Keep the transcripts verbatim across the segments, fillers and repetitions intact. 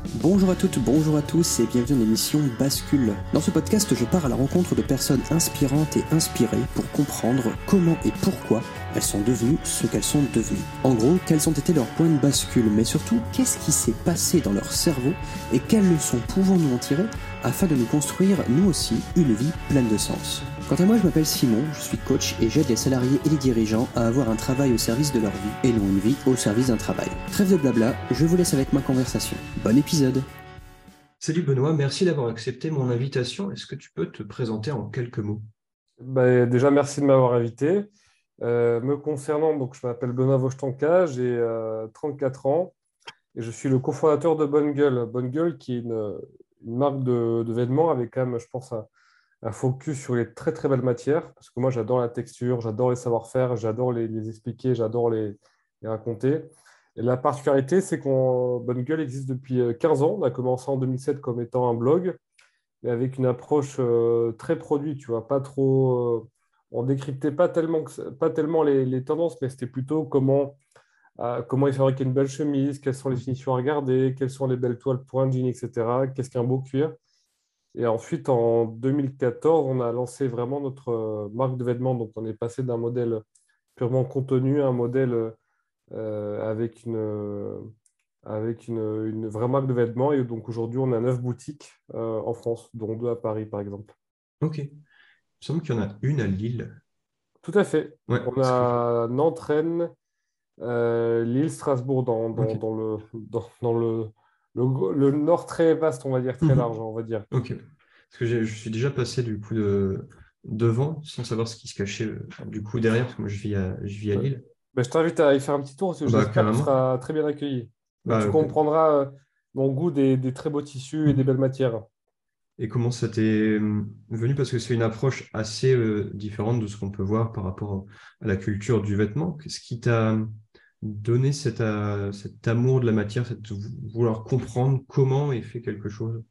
Bonjour à toutes, bonjour à tous et bienvenue dans l'émission Bascule. Dans ce podcast, je pars à la rencontre de personnes inspirantes et inspirées pour comprendre comment et pourquoi elles sont devenues ce qu'elles sont devenues. En gros, quels ont été leurs points de bascule, mais surtout, qu'est-ce qui s'est passé dans leur cerveau et quelles leçons pouvons-nous en tirer afin de nous construire, nous aussi, une vie pleine de sens. Quant à moi, je m'appelle Simon, je suis coach et j'aide les salariés et les dirigeants à avoir un travail au service de leur vie et non une vie au service d'un travail. Trêve de blabla, je vous laisse avec ma conversation. Bon épisode. Salut Benoît, merci d'avoir accepté mon invitation. Est-ce que tu peux te présenter en quelques mots? Bah, déjà, merci de m'avoir invité. Euh, me concernant, donc, je m'appelle Benoît Vochtanka, j'ai euh, trente-quatre ans et je suis le cofondateur de Bonne Gueule. Bonne Gueule, qui est une, une marque de, de vêtements avec quand même, je pense, un, un focus sur les très très belles matières. Parce que moi, j'adore la texture, j'adore les savoir-faire, j'adore les, les expliquer, j'adore les, les raconter. Et la particularité, c'est qu'on Bonne Gueule existe depuis quinze ans. On a commencé en deux mille sept comme étant un blog, mais avec une approche euh, très produit, tu vois, pas trop. Euh, on décryptait pas tellement, que- pas tellement les, les tendances, mais c'était plutôt comment, euh, comment il fabriquer une belle chemise, quelles sont les finitions à regarder, quelles sont les belles toiles pour un jean, et cetera. Qu'est-ce qu'un beau cuir? Et ensuite, en deux mille quatorze, on a lancé vraiment notre euh, marque de vêtements. Donc, on est passé d'un modèle purement contenu à un modèle euh, avec une, euh, avec une, une vraie marque de vêtements. Et donc aujourd'hui, on a neuf boutiques euh, en France, dont deux à Paris, par exemple. Ok. Il me semble qu'il y en a une à Lille. Tout à fait. Ouais, On parce que... a Nantes, Rennes, euh, Lille, Strasbourg dans, dans, Ok. dans le, dans, dans le, le, gros- le nord très vaste, on va dire, très large, Mhm. on va dire. Ok. Parce que j'ai- je suis déjà passé du coup de... devant, sans savoir ce qui se cachait euh, du coup derrière, parce que moi je vis à, je vis à Ouais. Lille. Ben, je t'invite à y faire un petit tour, parce que Ah bah j'espère que tu carrément. seras très bien accueilli. Et Bah, tu euh, comprendras euh, mon goût des, des très beaux tissus et des mhm. belles matières. Et comment ça t'est euh, venu? Parce que c'est une approche assez euh, différente de ce qu'on peut voir par rapport à la culture du vêtement. Qu'est-ce qui t'a donné cet, euh, cet amour de la matière, cette vou- vouloir comprendre comment est fait quelque chose?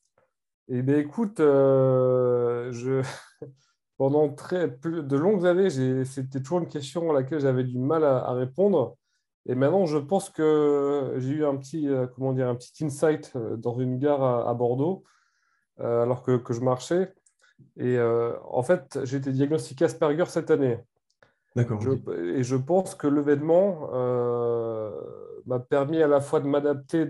Eh bien, écoute, euh, je... pendant très, plus, de longues années, j'ai- c'était toujours une question à laquelle j'avais du mal à, à répondre. Et maintenant, je pense que j'ai eu un petit, euh, comment dire, un petit insight euh, dans une gare à, à Bordeaux, euh, alors que, que je marchais. Et euh, en fait, j'ai été diagnostiqué Asperger cette année. D'accord, Je- ok. et je pense que le vêtement euh, m'a permis à la fois de m'adapter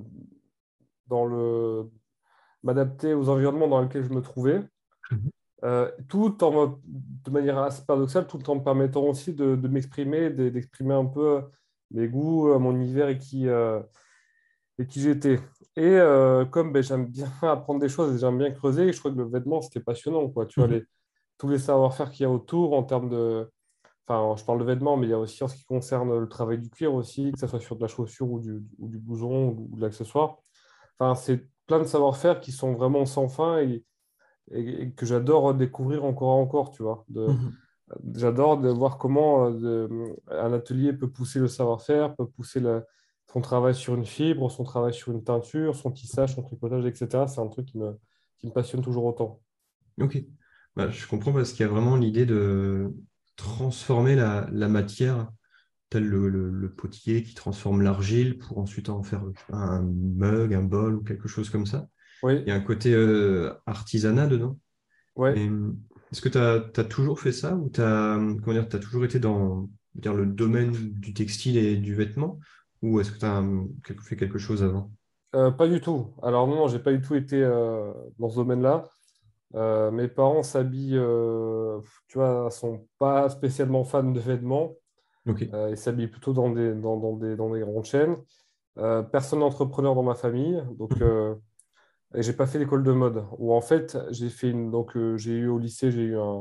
dans le, m'adapter aux environnements dans lesquels je me trouvais, Mhm. euh, tout en me- de manière assez paradoxale, tout en me permettant aussi de, de m'exprimer, de- d'exprimer un peu mes goûts, euh, mon univers et qui, euh, et qui j'étais. Et euh, comme ben, j'aime bien apprendre des choses et j'aime bien creuser, je crois que le vêtement, c'était passionnant, quoi. Tu vois, Mhm. les, tous les savoir-faire qu'il y a autour en termes de... Enfin, je parle de vêtements, mais il y a aussi en ce qui concerne le travail du cuir aussi, que ce soit sur de la chaussure ou du, ou du blouson ou de l'accessoire. Enfin, c'est plein de savoir-faire qui sont vraiment sans fin et, et- et que j'adore découvrir encore et encore, tu vois. De, Mhm. j'adore de voir comment euh, de- un atelier peut pousser le savoir-faire, peut pousser le- son travail sur une fibre, son travail sur une teinture, son tissage, son tricotage, et cetera. C'est un truc qui me, qui me passionne toujours autant. Ok. Bah, je comprends parce qu'il y a vraiment l'idée de transformer la, la matière, tel le, le, le potier qui transforme l'argile pour ensuite en faire un mug, un bol ou quelque chose comme ça. Il Oui, y a un côté euh, artisanat dedans. ouais. Et est-ce que tu as, toujours fait ça ou tu as, comment dire, t'as toujours été dans dire, le domaine du textile et du vêtement ou est-ce que tu as fait quelque chose avant? Euh, pas du tout. Alors non, non, j'ai pas du tout été euh, dans ce domaine-là. Euh, mes parents s'habillent, euh, tu vois, sont pas spécialement fans de vêtements. Ok. Euh, ils s'habillent plutôt dans des, dans, dans des, dans des grandes chaînes. Euh, personne d'entrepreneur dans ma famille, donc Mhm. euh, et j'ai pas fait d'école de mode. Ou en fait, j'ai fait une, donc euh, j'ai eu au lycée, j'ai eu un,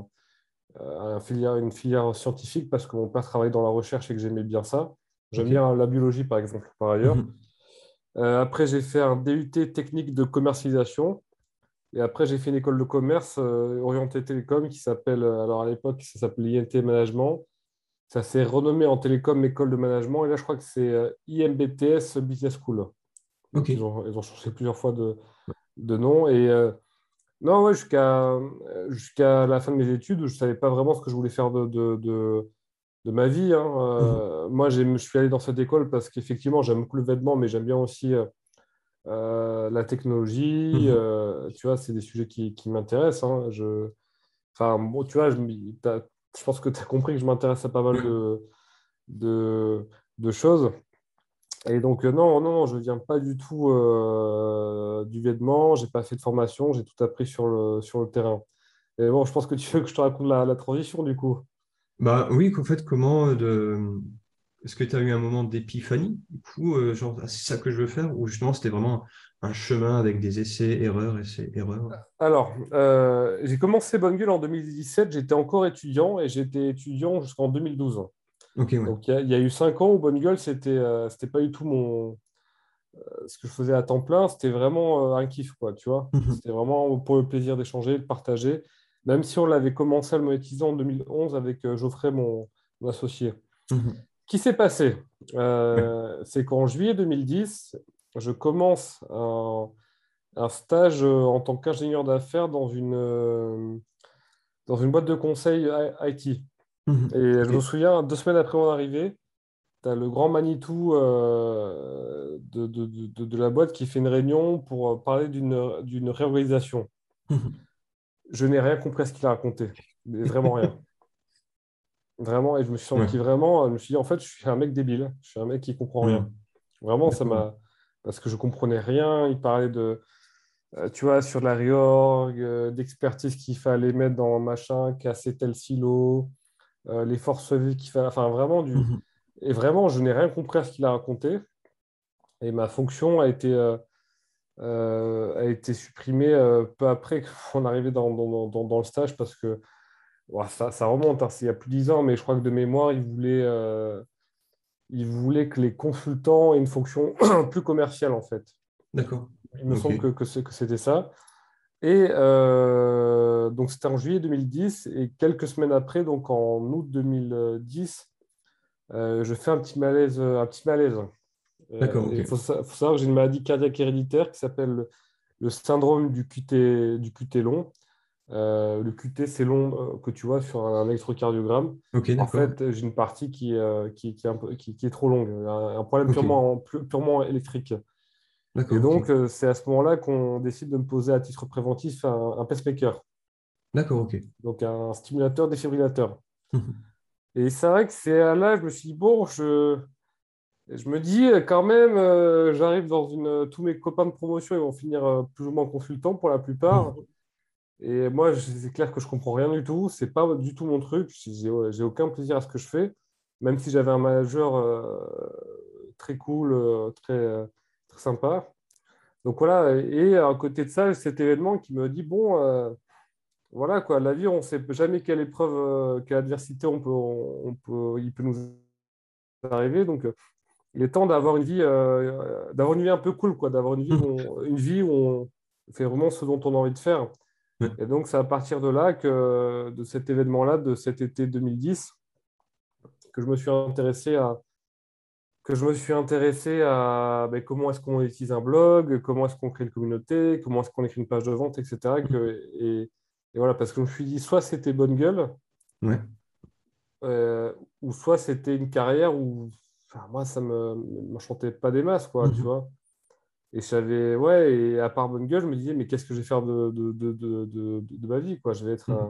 un filière, une filière scientifique parce que mon père travaillait dans la recherche et que j'aimais bien ça. J'aime Ok. bien la biologie, par exemple, par ailleurs. Mhm. Euh, après, j'ai fait un D U T technique de commercialisation. Et après, j'ai fait une école de commerce euh, orientée télécom qui s'appelle, euh, alors à l'époque, ça s'appelait I N T Management. Ça s'est renommé en télécom école de management. Et là, je crois que c'est euh, I M B T S Business School. Ok. Donc, ils ont, ils ont changé plusieurs fois de, de nom. Et euh, non, ouais, jusqu'à euh, jusqu'à la fin de mes études, je ne savais pas vraiment ce que je voulais faire de, de, de, de ma vie, hein. Mhm. Euh, moi, j'ai- je suis allé dans cette école parce qu'effectivement, j'aime beaucoup le vêtement, mais j'aime bien aussi. euh, euh, la technologie, Mhm. euh, tu vois, c'est des sujets qui, qui m'intéressent. Hein. Je, enfin, bon, tu vois, je, m'y- t'as- je pense que tu as compris que je m'intéresse à pas mal Ouais. de, de, de choses. Et donc, euh, non, non, non, je ne viens pas du tout euh, du vêtement, j'ai pas fait de formation, j'ai tout appris sur le, sur le terrain. Et bon, je pense que tu veux que je te raconte la, la transition du coup. Bah oui, qu'en fait, comment euh, de... Est-ce que tu as eu un moment d'épiphanie, du coup, euh, genre, ah, c'est ça que je veux faire, ou justement c'était vraiment un chemin avec des essais, erreurs, essais, erreurs? Alors, euh, j'ai commencé Bonne Gueule en deux mille dix-sept, j'étais encore étudiant et j'étais étudiant jusqu'en deux mille douze. Ok, ouais. Donc, il y, a il y a eu cinq ans où Bonne Gueule, c'était euh, c'était pas du tout mon, ce que je faisais à temps plein, c'était vraiment euh, un kiff, quoi, tu vois. Mhm. C'était vraiment pour le plaisir d'échanger, de partager, même si on l'avait commencé à le monétiser en deux mille onze avec euh, Geoffrey, mon, mon associé. Mhm. Qui s'est passé? Ouais. Euh, c'est qu'en juillet deux mille dix, je commence un, un stage euh, en tant qu'ingénieur d'affaires dans une, euh, dans une boîte de conseil I- IT. Mhm. Et je Ok. me souviens, deux semaines après mon arrivée, tu as le grand Manitou euh, de, de, de, de la boîte qui fait une réunion pour euh, parler d'une, d'une réorganisation. Mhm. Je n'ai rien compris à ce qu'il a raconté, mais vraiment rien. Vraiment, et je me suis Ouais. senti vraiment, je me suis dit, en fait, je suis un mec débile, je suis un mec qui comprend rien. Mhm. Vraiment, ça D'accord. m'a. Parce que je comprenais rien. Il parlait de, euh, tu vois, sur la réorg, euh, d'expertise qu'il fallait mettre dans machin, casser tel silo, euh, les forces vives qu'il fallait. Enfin, vraiment, du. Mhm. Et vraiment, je n'ai rien compris à ce qu'il a raconté. Et ma fonction a été, euh, euh, a été supprimée euh, peu après qu'on arrivait dans, dans, dans, dans le stage parce que ouah, ça, ça remonte, hein, c'est il y a plus de dix ans, mais je crois que de mémoire, il voulait, euh, il voulait que les consultants aient une fonction plus commerciale, en fait. D'accord. Il me Ok. semble que, que c'est- que c'était ça. Et euh, donc, c'était en juillet deux mille dix. Et quelques semaines après, donc en août deux mille dix, euh, je fais un petit malaise. Un petit malaise. D'accord, Euh, ok. il faut, sa- faut savoir que j'ai une maladie cardiaque héréditaire qui s'appelle le, le syndrome du Q T, du Q T long. Euh, le Q T, c'est long euh, que tu vois sur un, un électrocardiogramme. Ok, En d'accord. fait, j'ai une partie qui, euh, qui, qui est un peu- qui- qui est trop longue, un, un problème Ok. purement, pu- purement électrique. Et D'accord, ok. donc, euh, c'est à ce moment-là qu'on décide de me poser à titre préventif un, un pacemaker, D'accord, ok. donc un stimulateur défibrillateur. Mhm. Et c'est vrai que c'est là, je me suis dit, bon, je, je me dis euh, quand même, euh, j'arrive dans une. Tous mes copains de promotion, ils vont finir euh, plus ou moins consultants pour la plupart. Mhm. Et moi, je- c'est clair que je comprends rien du tout. C'est pas du tout mon truc. J'ai ouais, j'ai aucun plaisir à ce que je fais, même si j'avais un manager euh, très cool, euh, très, euh, très sympa. Donc voilà. Et à côté de ça, cet événement qui me dit, bon. euh, Voilà, quoi. La vie, on ne sait jamais quelle épreuve, euh, quelle adversité on peut, on, peut, il peut nous arriver. Donc, euh, il est temps d'avoir une vie, euh, d'avoir une vie un peu cool, quoi, d'avoir une vie où Mhm. on, une vie où on fait vraiment ce dont on a envie de faire. Ouais. Et donc, c'est à partir de là que, de cet événement-là, de cet été deux mille dix, que je me suis intéressé à, que je me suis intéressé à ben, comment est-ce qu'on utilise un blog, comment est-ce qu'on crée une communauté, comment est-ce qu'on écrit une page de vente, et cetera. Mhm. Que, et, et voilà, parce que je me suis dit, soit c'était bonne gueule, Ouais. euh, ou soit c'était une carrière où enfin, moi ça me m'enchantait pas des masses quoi tu Mhm. vois et j'avais ouais et à part bonne gueule je me disais mais qu'est-ce que je vais faire de, de, de, de, de- de ma vie quoi je vais être Mhm. un...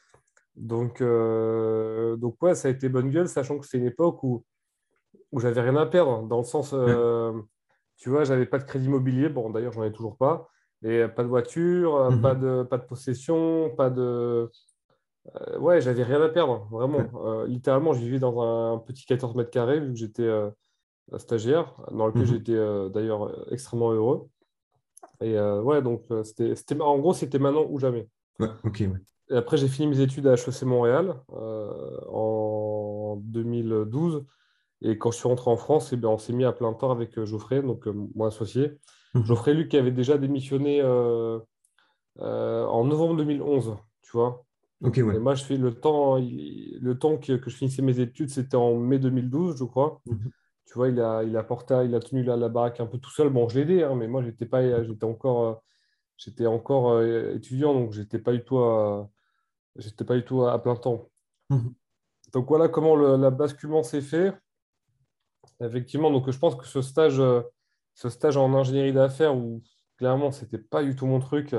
donc euh, donc ouais ça a été bonne gueule sachant que c'est une époque où où j'avais rien à perdre dans le sens Ouais. euh, tu vois j'avais pas de crédit immobilier bon d'ailleurs j'en ai toujours pas et pas de voiture pas Mhm. de pas de possession pas de Euh, ouais, j'avais rien à perdre, Ouais. vraiment. Euh, littéralement, je vivais dans un petit quatorze mètres carrés, vu que j'étais euh, stagiaire, dans lequel Mhm. j'étais euh, d'ailleurs euh, extrêmement heureux. Et euh, ouais, donc euh, c'était, c'était, en gros, c'était maintenant ou jamais. Ouais. Ok, ouais. Et après, j'ai fini mes études à H E C Montréal euh, en deux mille douze. Et quand je suis rentré en France, eh bien, on s'est mis à plein temps avec euh, Geoffrey, donc euh, mon associé. Mhm. Geoffrey, lui, qui avait déjà démissionné euh, euh, en novembre deux mille onze, tu vois. Ok, Et ouais. moi, je fais le temps, il- le temps que, que je finissais mes études, c'était en mai deux mille douze, je crois. Mhm. Tu vois, il a, il a porté, il a tenu la, la baraque un peu tout seul. Bon, je l'ai aidé, hein, mais moi, j'étais pas, j'étais encore, euh, j'étais encore euh, étudiant, donc j'étais pas du tout à, j'étais pas du tout à, à plein temps. Mhm. Donc voilà comment le la basculement s'est fait. Effectivement, donc je pense que ce stage, euh, ce stage en ingénierie d'affaires où clairement, ce n'était pas du tout mon truc.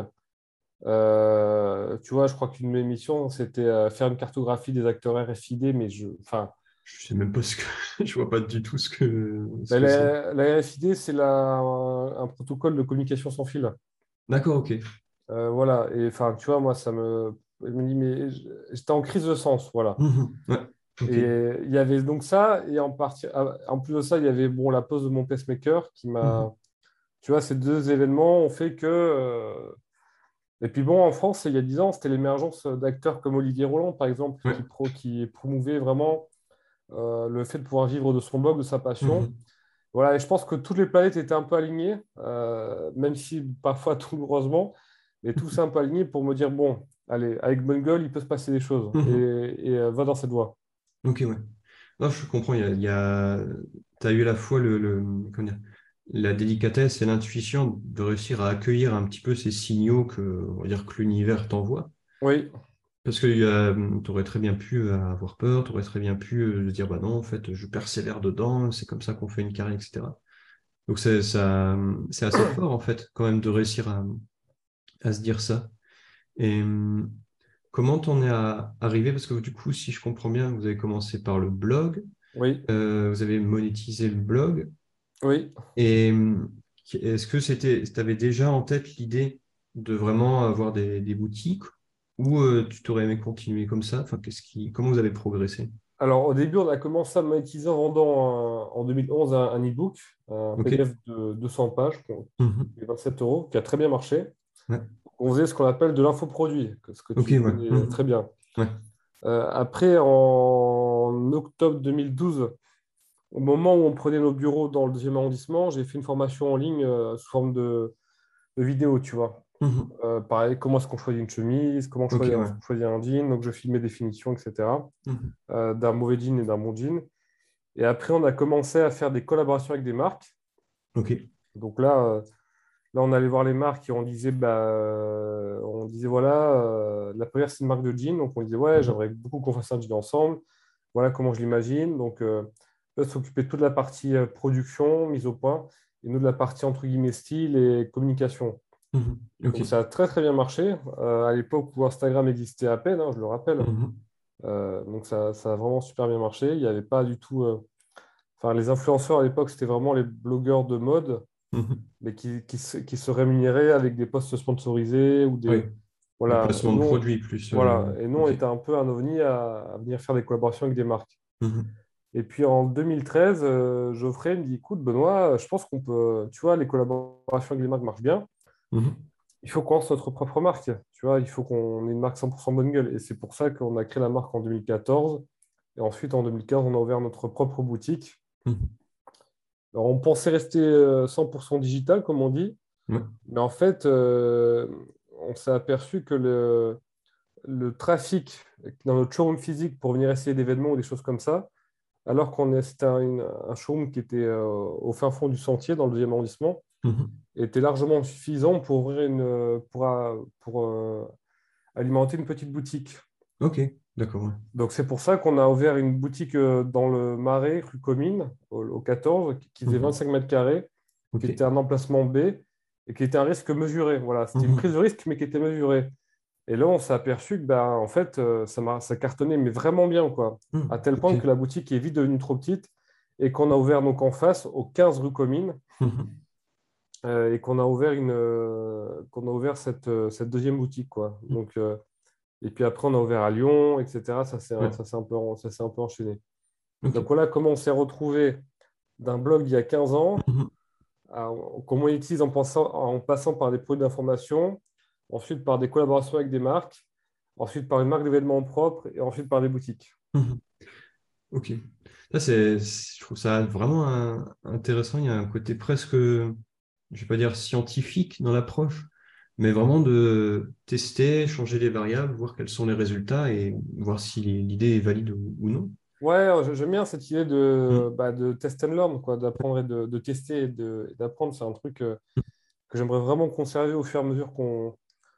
Euh, tu vois, je crois qu'une de mes missions, c'était euh, faire une cartographie des acteurs R F I D, mais je, enfin, Je sais même pas ce que je vois pas du tout ce que ce ben, que c'est. la, la R F I D, c'est la- un, un protocole de communication sans fil. D'accord, ok. Euh, voilà, et enfin, tu vois, moi, ça me, je me dis, mais j'étais en crise de sens, voilà. Mhm. Ouais, ok. Et il y avait donc ça, et en partie, en plus de ça, il y avait bon, la pause de mon pacemaker qui m'a, Mhm. tu vois, ces deux événements ont fait que. euh, Et puis bon, en France, il y a dix ans, c'était l'émergence d'acteurs comme Olivier Roland, par exemple, Ouais. qui, pro, qui promouvait vraiment euh, le fait de pouvoir vivre de son blog, de sa passion. Mhm. Voilà, et je pense que toutes les planètes étaient un peu alignées, euh, même si parfois douloureusement, mais tous un peu alignés pour me dire, bon, allez, avec Bonne Gueule, il peut se passer des choses, et, Mhm. et euh, va dans cette voie. Ok, ouais. Non, je comprends. Il y a, il y a... Tu as eu à la fois le, le- comment dire, la délicatesse et l'intuition de réussir à accueillir un petit peu ces signaux que, on va dire, que l'univers t'envoie. Oui, Parce que tu aurais très bien pu euh, avoir peur, tu aurais très bien pu euh, dire, bah non, en fait, je persévère dedans, c'est comme ça qu'on fait une carrière, et cetera. Donc c'est ça, c'est assez fort, en fait, quand même, de réussir à, à se dire ça. Et hum, comment t'en es à- arrivé? Parce que du coup, si je comprends bien, vous avez commencé par le blog, oui, euh, vous avez monétisé le blog. oui. Et hum, est-ce que c'était, tu avais déjà en tête l'idée de vraiment avoir des, des boutiques ou euh, tu t'aurais aimé continuer comme ça? Enfin, qu'est-ce qui, comment vous avez progressé? Alors, au début, on a commencé à monétiser en vendant un- en deux mille onze un, un e-book, un Ok. P D F de deux cents pages, qui Mhm. coûtait vingt-sept euros, qui a très bien marché. Ouais. On faisait ce qu'on appelle de l'infoproduit, que- ce que Ok, tu ouais. connais très Mhm. bien. Ouais. Euh, après, en octobre deux mille douze, au moment où on prenait nos bureaux dans le deuxième arrondissement, j'ai fait une formation en ligne euh, sous forme de, de vidéo, tu vois. Mhm. Euh, pareil, comment est-ce qu'on choisit une chemise, comment Ok, choisir, ouais. choisir un jean. Donc, je filmais des finitions, et cetera, Mhm. euh, d'un mauvais jean et d'un bon jean. Et après, on a commencé à faire des collaborations avec des marques. Ok. Donc là, euh, là on allait voir les marques et on disait, bah, euh, on disait voilà, euh, la première, c'est une marque de jean. Donc, on disait, ouais, Mhm. j'aimerais beaucoup qu'on fasse un jean ensemble. Voilà comment je l'imagine. Donc, euh, eux s'occuper de toute la partie euh, production, mise au point, et nous de la partie entre guillemets style et communication. Mhm. Ok. Donc, ça a très, très bien marché. Euh, à l'époque où Instagram existait à peine, hein, je le rappelle. Mhm. Euh, donc, ça, ça a vraiment super bien marché. Il n'y avait pas du tout. euh, Enfin, les influenceurs à l'époque, c'était vraiment les blogueurs de mode, Mhm. mais qui, qui, se, qui se rémunéraient avec des posts sponsorisés ou Oui. des. Le Voilà. Et placement de nous, produits plus. voilà. euh, Et nous, on Ok. était un peu un ovni à, à venir faire des collaborations avec des marques. Mhm. Et puis en deux mille treize, euh, Geoffrey me dit, écoute, Benoît, je pense qu'on peut, tu vois, les collaborations avec les marques marchent bien. Mhm. Il faut qu'on lance notre propre marque. Tu vois, il faut qu'on ait une marque cent pour cent bonne gueule. Et c'est pour ça qu'on a créé la marque en deux mille quatorze. Et ensuite, en deux mille quinze, on a ouvert notre propre boutique. Mhm. Alors, on pensait rester euh, cent pour cent digital, comme on dit. Ouais. Mais en fait, euh, on s'est aperçu que le, le trafic dans notre showroom physique pour venir essayer d'événements ou des choses comme ça, alors qu'on est, c'était un, un showroom qui était euh, au fin fond du Sentier, dans le deuxième arrondissement, Mhm. était largement suffisant pour ouvrir une, pour, euh, pour euh, alimenter une petite boutique. Ok. D'accord. Ouais. Donc c'est pour ça qu'on a ouvert une boutique euh, dans le Marais, rue Comines, au, au quatorze, qui qui faisait Mhm. vingt-cinq mètres carrés, qui Ok. était un emplacement B et qui était un risque mesuré. Voilà, c'était une prise Mhm. de risque, mais qui était mesurée. Et là, on s'est aperçu que ben, en fait, euh, ça, m'a- ça cartonnait, mais vraiment bien, quoi. À Mhm. tel Ok. point que la boutique est vite devenue trop petite et qu'on a ouvert donc en face, au quinze rue Comines, Mhm. euh, et qu'on a ouvert, une, euh, qu'on a ouvert cette, euh, cette deuxième boutique, quoi. Donc, euh, et puis après, on a ouvert à Lyon, et cetera. Ça s'est Ouais. ça s'est un peu, ça s'est un peu enchaîné. Ok. Donc voilà comment on s'est retrouvé d'un blog il y a quinze ans, Mhm. à- qu'on monétise en, pensant- en passant par des produits d'information, ensuite par des collaborations avec des marques, ensuite par une marque d'événements propre et ensuite par des boutiques. Mhm. Ok. Ça, c'est, c'est- je trouve ça vraiment un- intéressant. Il y a un côté presque, je vais pas dire scientifique dans l'approche, mais vraiment de tester, changer les variables, voir quels sont les résultats et voir si l'idée est valide ou, ou non. Ouais, j'aime bien cette idée de, Mm. bah, de test and learn, quoi, d'apprendre et de, de tester et de- et d'apprendre. C'est un truc euh, que j'aimerais vraiment conserver au fur et à mesure qu'on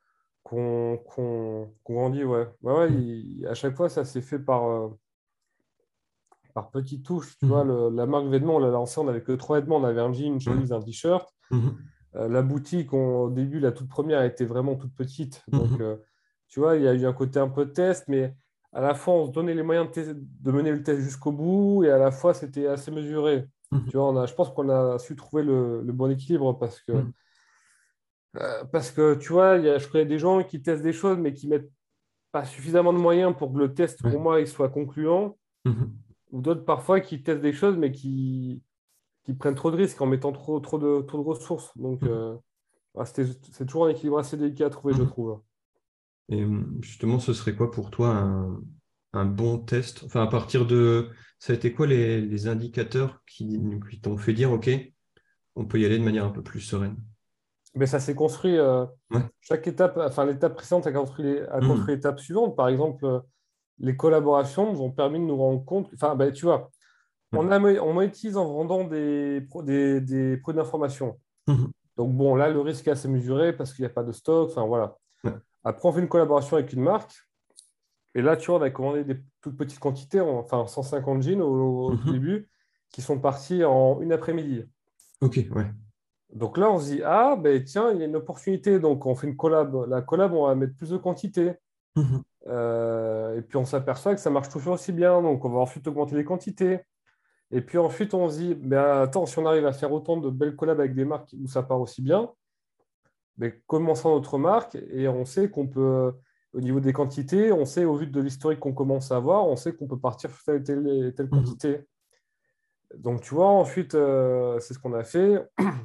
qu'on qu'on qu'on grandit. Ouais. Ouais, ouais, Mm. il- à chaque fois, ça s'est fait par, euh, par petites touches. Tu Mhm. vois, le- la marque vêtements, on l'a lancée, on n'avait que trois vêtements. On avait un jean, une Ouais. chemise, un t-shirt. Mhm. Euh, la boutique, on- au début, la toute première était vraiment toute petite. Donc, Mhm. euh, tu vois, il y a eu un côté un peu test, mais à la fois, on se donnait les moyens de, tes- de mener le test jusqu'au bout et à la fois, c'était assez mesuré. Mhm. Tu vois, on a, je pense qu'on a su trouver le, le bon équilibre parce que, Mhm. euh, parce que tu vois, il y a, je connais des gens qui testent des choses, mais qui mettent pas suffisamment de moyens pour que le test, pour Ouais. moi, il soit concluant. Mhm. Ou d'autres, parfois, qui testent des choses, mais qui, qui prennent trop de risques en mettant trop, trop de, trop de ressources. Donc, Mhm. euh, ah, c'était- c'est toujours un équilibre assez délicat à trouver, je Mhm. trouve. Et hum, justement, ce serait quoi pour toi un, un bon test? Enfin, à partir de... Ça a été quoi les, les indicateurs qui, qui t'ont fait dire, OK, on peut y aller de manière un peu plus sereine? Mais ça s'est construit, euh, Ouais. chaque étape, enfin, l'étape précédente a construit, les- a construit Mhm. l'étape suivante. Par exemple, euh, les collaborations nous ont permis de nous rendre compte, enfin, ben, tu vois, Ouais. on, a, on monétise en vendant des, pro- des, des produits d'information. Mhm. Donc, bon, là, le risque est assez mesuré parce qu'il n'y a pas de stock, enfin, voilà. Ouais. Après, on fait une collaboration avec une marque. Et là, tu vois, on a commandé des toutes petites quantités, enfin cent cinquante jeans au, au tout Mhm. début, qui sont partis en une après-midi. OK, ouais. Donc là, on se dit, ah, ben tiens, il y a une opportunité. Donc, on fait une collab. La collab, on va mettre plus de quantité. Mhm. Euh, et puis, on s'aperçoit que ça marche toujours aussi bien. Donc, on va ensuite augmenter les quantités. Et puis ensuite, on se dit, ben attends, si on arrive à faire autant de belles collabs avec des marques où ça part aussi bien, ben, commençons notre marque et on sait qu'on peut, au niveau des quantités, on sait au vu de l'historique qu'on commence à avoir, on sait qu'on peut partir sur telle, telle, telle Mhm. quantité. Donc, tu vois, ensuite, euh, c'est ce qu'on a fait.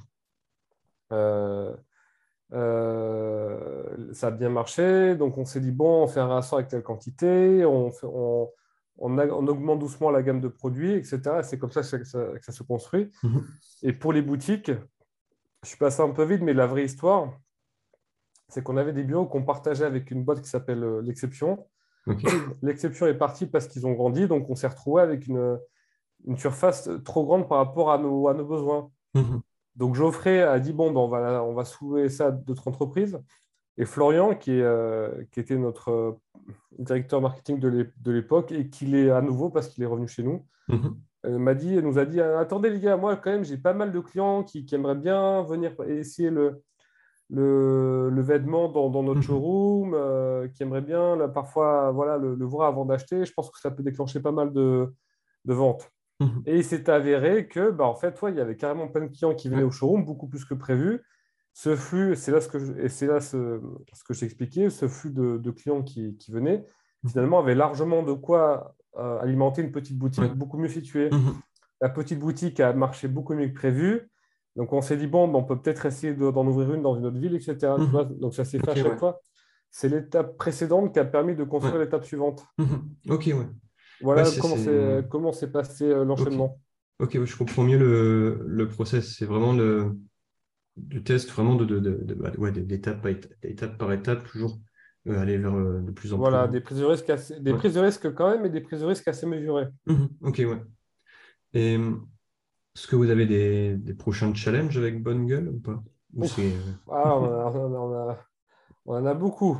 Euh, euh, ça a bien marché. Donc, on s'est dit, bon, on fait un rachat avec telle quantité, on, fait- on, on, a- on augmente doucement la gamme de produits, et cetera. C'est comme ça que ça, que ça se construit. Mhm. Et pour les boutiques, je suis passé un peu vite, mais la vraie histoire, c'est qu'on avait des bureaux qu'on partageait avec une boîte qui s'appelle euh, l'Exception. OK. L'exception est partie parce qu'ils ont grandi, donc on s'est retrouvé avec une, une surface trop grande par rapport à nos, à nos besoins. Mhm. Donc Geoffrey a dit, bon, ben, on va, on va soulever ça à d'autres entreprises. Et Florian, qui, est, euh, qui était notre euh, directeur marketing de l'é- de l'époque et qui l'est à nouveau parce qu'il est revenu chez nous, Mhm. euh, m'a dit, nous a dit, attendez les gars, moi quand même, j'ai pas mal de clients qui, qui aimeraient bien venir essayer le, le, le vêtement dans, dans notre Mhm. showroom, euh, qui aimerait bien là, parfois voilà, le, le voir avant d'acheter. Je pense que ça peut déclencher pas mal de, de ventes. Mhm. Et il s'est avéré que, bah, en fait, ouais, il y avait carrément plein de clients qui venaient Ouais. au showroom, beaucoup plus que prévu. Ce flux, c'est là ce que je, et c'est là ce, ce que j'ai expliqué, ce flux de, de clients qui, qui venaient, Mhm. finalement, avait largement de quoi euh, alimenter une petite Ouais. boutique beaucoup mieux située. Mhm. La petite boutique a marché beaucoup mieux que prévu. Donc, on s'est dit, bon, ben, on peut peut-être essayer de- d'en ouvrir une dans une autre ville, et cetera. Tu vois, Mhm. donc, ça s'est fait à OK, chaque ouais. fois. C'est l'étape précédente qui a permis de Ouais. construire l'étape suivante. Mhm. OK, ouais. Ouais, Voilà c'est, comment c'est... c'est comment s'est passé euh, OK. l'enchaînement. OK, ouais, je comprends mieux le, le process. C'est vraiment le, du test, vraiment de, de, de, de- bah, ouais, d'étape par étape, étape par étape, toujours euh, aller vers euh, de plus en plus Voilà, grand. des prises de risque assez- des Ouais. prises de risque quand même, mais des prises de risque assez mesurées. Mhm. OK, ouais. Et euh, est-ce que vous avez des, des prochains challenges avec Bonne Gueule ou pas? Ou c'est... Ouf, euh, ah, on, a- on a- on en a beaucoup.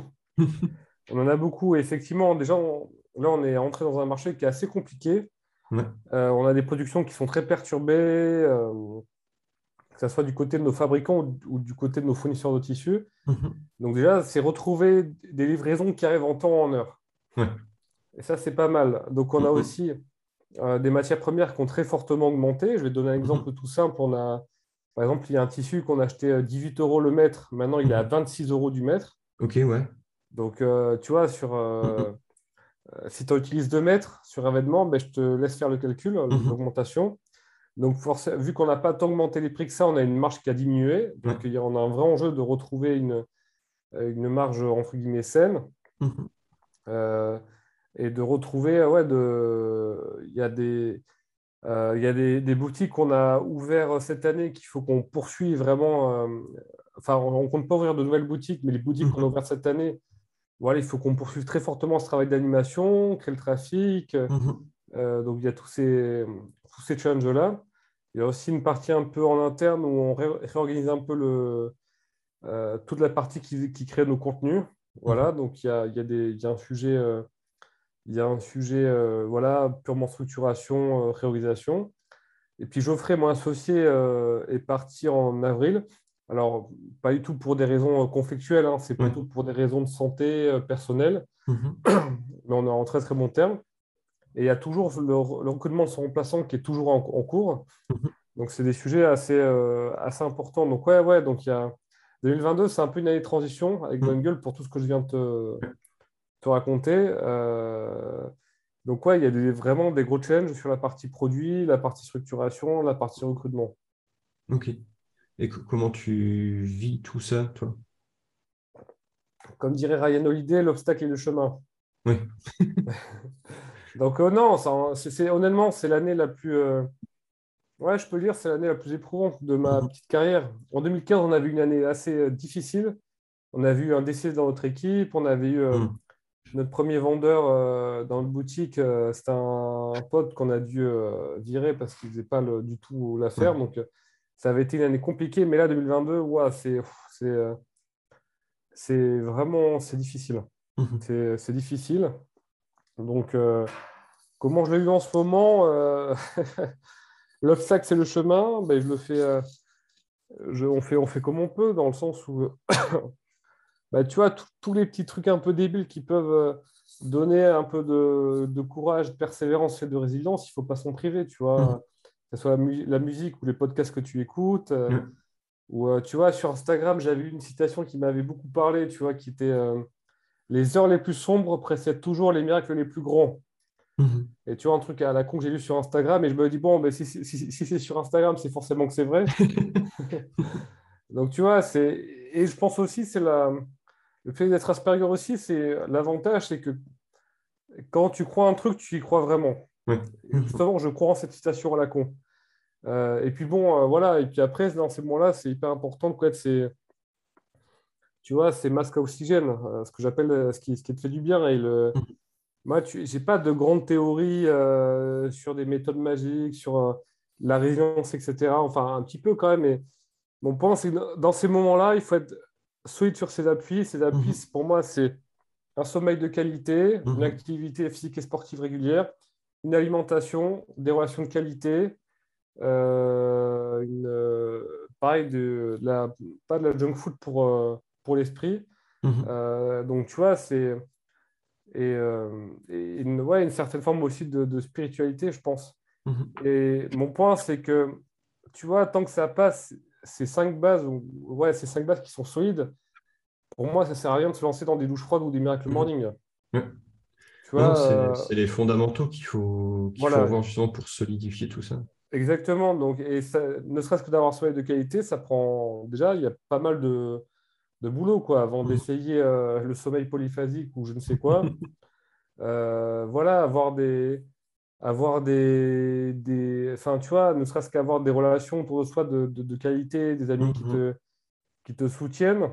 On en a beaucoup. Et effectivement, déjà, on- là, on est entré dans un marché qui est assez compliqué. Ouais. Euh, on a des productions qui sont très perturbées, euh, que ce soit du côté de nos fabricants ou, ou du côté de nos fournisseurs de tissus. Mhm. Donc déjà, c'est retrouver des livraisons qui arrivent en temps, en heure. Ouais. Et ça, c'est pas mal. Donc on a Mhm. aussi euh, des matières premières qui ont très fortement augmenté. Je vais te donner un exemple Mhm. tout simple. On a, par exemple, il y a un tissu qu'on achetait à dix-huit euros le mètre. Maintenant, il est à Mhm. vingt-six euros du mètre. OK, ouais. Donc, euh, tu vois, sur, Mhm. euh, si tu utilises deux mètres sur un vêtement, ben, je te laisse faire le calcul, Mhm. l'augmentation. Donc, forcément, vu qu'on n'a pas tant augmenté les prix que ça, on a une marge qui a diminué. Ouais. Donc, il y a- on a un vrai enjeu de retrouver une, une marge, entre guillemets, saine. Mhm. Euh, et de retrouver, ouais, de... il y a des, euh, il y a des, des boutiques qu'on a ouvertes cette année qu'il faut qu'on poursuive vraiment. euh, Enfin, on ne compte pas ouvrir de nouvelles boutiques, mais les boutiques qu'on a Mhm. ouvertes cette année, voilà, il faut qu'on poursuive très fortement ce travail d'animation, créer le trafic. Mhm. Euh, donc, il y a tous ces, tous ces challenges-là. Il y a aussi une partie un peu en interne où on ré- réorganise un peu le, euh, toute la partie qui, qui crée nos contenus. Voilà, Mhm. donc il y a, il y a des, il y a un sujet, euh, il y a un sujet euh, voilà, purement structuration, euh, priorisation. Et puis Geoffrey, mon associé, euh, est parti en avril. Alors, pas du tout pour des raisons euh, conflictuelles, hein, c'est Ouais. plutôt pour des raisons de santé euh, personnelle, Mhm. mais on est en très très bon terme. Et il y a toujours le, le recrutement de son remplaçant qui est toujours en, en cours. Mhm. Donc, c'est des sujets assez, euh, assez importants. Donc, ouais, ouais, donc il y a deux mille vingt-deux, c'est un peu une année de transition avec Mhm. Bonne Gueule pour tout ce que je viens de te, Ouais. te raconter. Euh, donc, ouais, il y a des- vraiment des gros challenges sur la partie produit, la partie structuration, la partie recrutement. Ok. Et co- comment tu vis tout ça, toi? Comme dirait Ryan Holiday, l'obstacle est le chemin. Oui. Donc, euh, non, ça, c'est, c'est- honnêtement, c'est l'année la plus. euh, ouais, je peux le dire, c'est l'année la plus éprouvante de ma Mhm. petite carrière. En deux mille quinze, on a vu une année assez euh, difficile. On a vu un décès dans notre équipe. On avait eu euh, Mhm. notre premier vendeur euh, dans le boutique. Euh, c'était un, un pote qu'on a dû euh, virer parce qu'il ne faisait pas le- du tout Ouais. l'affaire. Donc, euh, ça avait été une année compliquée. Mais là, deux mille vingt-deux, ouais, c'est, c'est, euh, c'est vraiment c'est difficile. Mhm. C'est c'est difficile. Donc, euh, comment je l'ai eu en ce moment euh, l'obstacle, c'est le chemin. Ben, je le fais, euh, je- on fait, on fait comme on peut, dans le sens où, ben, tu vois, tous tous les petits trucs un peu débiles qui peuvent euh, donner un peu de, de courage, de persévérance et de résilience, il ne faut pas s'en priver, tu Mhm. vois. Que ce soit la, mu- la musique ou les podcasts que tu écoutes. euh, Ouais. ou, euh, tu vois, sur Instagram, j'avais eu une citation qui m'avait beaucoup parlé, tu vois, qui était euh, les heures les plus sombres précèdent toujours les miracles les plus grands. Mhm. Et tu vois, un truc à la con que j'ai lu sur Instagram, et je me dis, bon, ben, si, si- si- si c'est sur Instagram, c'est forcément que c'est vrai. Donc, tu vois, c'est. Et je pense aussi, c'est la. Le fait d'être Asperger aussi, c'est l'avantage, c'est que quand tu crois un truc, tu y crois vraiment. Ouais. Et Mhm. justement, je crois en cette citation à la con. Euh, et puis bon, euh, voilà. Et puis après, dans ces moments-là, c'est hyper important de connaître ces, tu vois, ces masques à oxygène, euh, ce que j'appelle euh, ce qui, ce qui te fait du bien. Et le, Mhm. moi, tu, j'ai pas de grandes théories euh, sur des méthodes magiques, sur euh, la résilience, et cetera. Enfin, un petit peu quand même. Mais mon point, c'est que dans ces moments-là, il faut être solide sur ses appuis. Ses appuis, Mhm. c'est- pour moi, c'est un sommeil de qualité, une Mhm. activité physique et sportive régulière, une alimentation, des relations de qualité, euh, une, euh, pareil, de, de la, pas de la junk food pour, euh, pour l'esprit. Mhm. Euh, donc, tu vois, c'est et, euh, et une, ouais, une certaine forme aussi de, de spiritualité, je pense. Mhm. Et mon point, c'est que, tu vois, tant que ça passe, ces cinq bases, ou- ouais, ces cinq bases qui sont solides, pour moi, ça sert à rien de se lancer dans des douches froides ou des miracle Mhm. morning. Ouais. Tu Non, non, vois, c'est euh, c'est les fondamentaux qu'il faut, qu'il faut voilà, avoir justement pour solidifier tout ça. exactement. Donc, et ça, ne serait-ce que d'avoir un sommeil de qualité, ça prend déjà, il y a pas mal de, de boulot, quoi, avant Mhm. d'essayer euh, le sommeil polyphasique ou je ne sais quoi. Euh, voilà, avoir des, avoir des, des, enfin, tu vois, ne serait-ce qu'avoir des relations autour de soi de, de, de qualité, des amis qui Mhm. te, qui te soutiennent.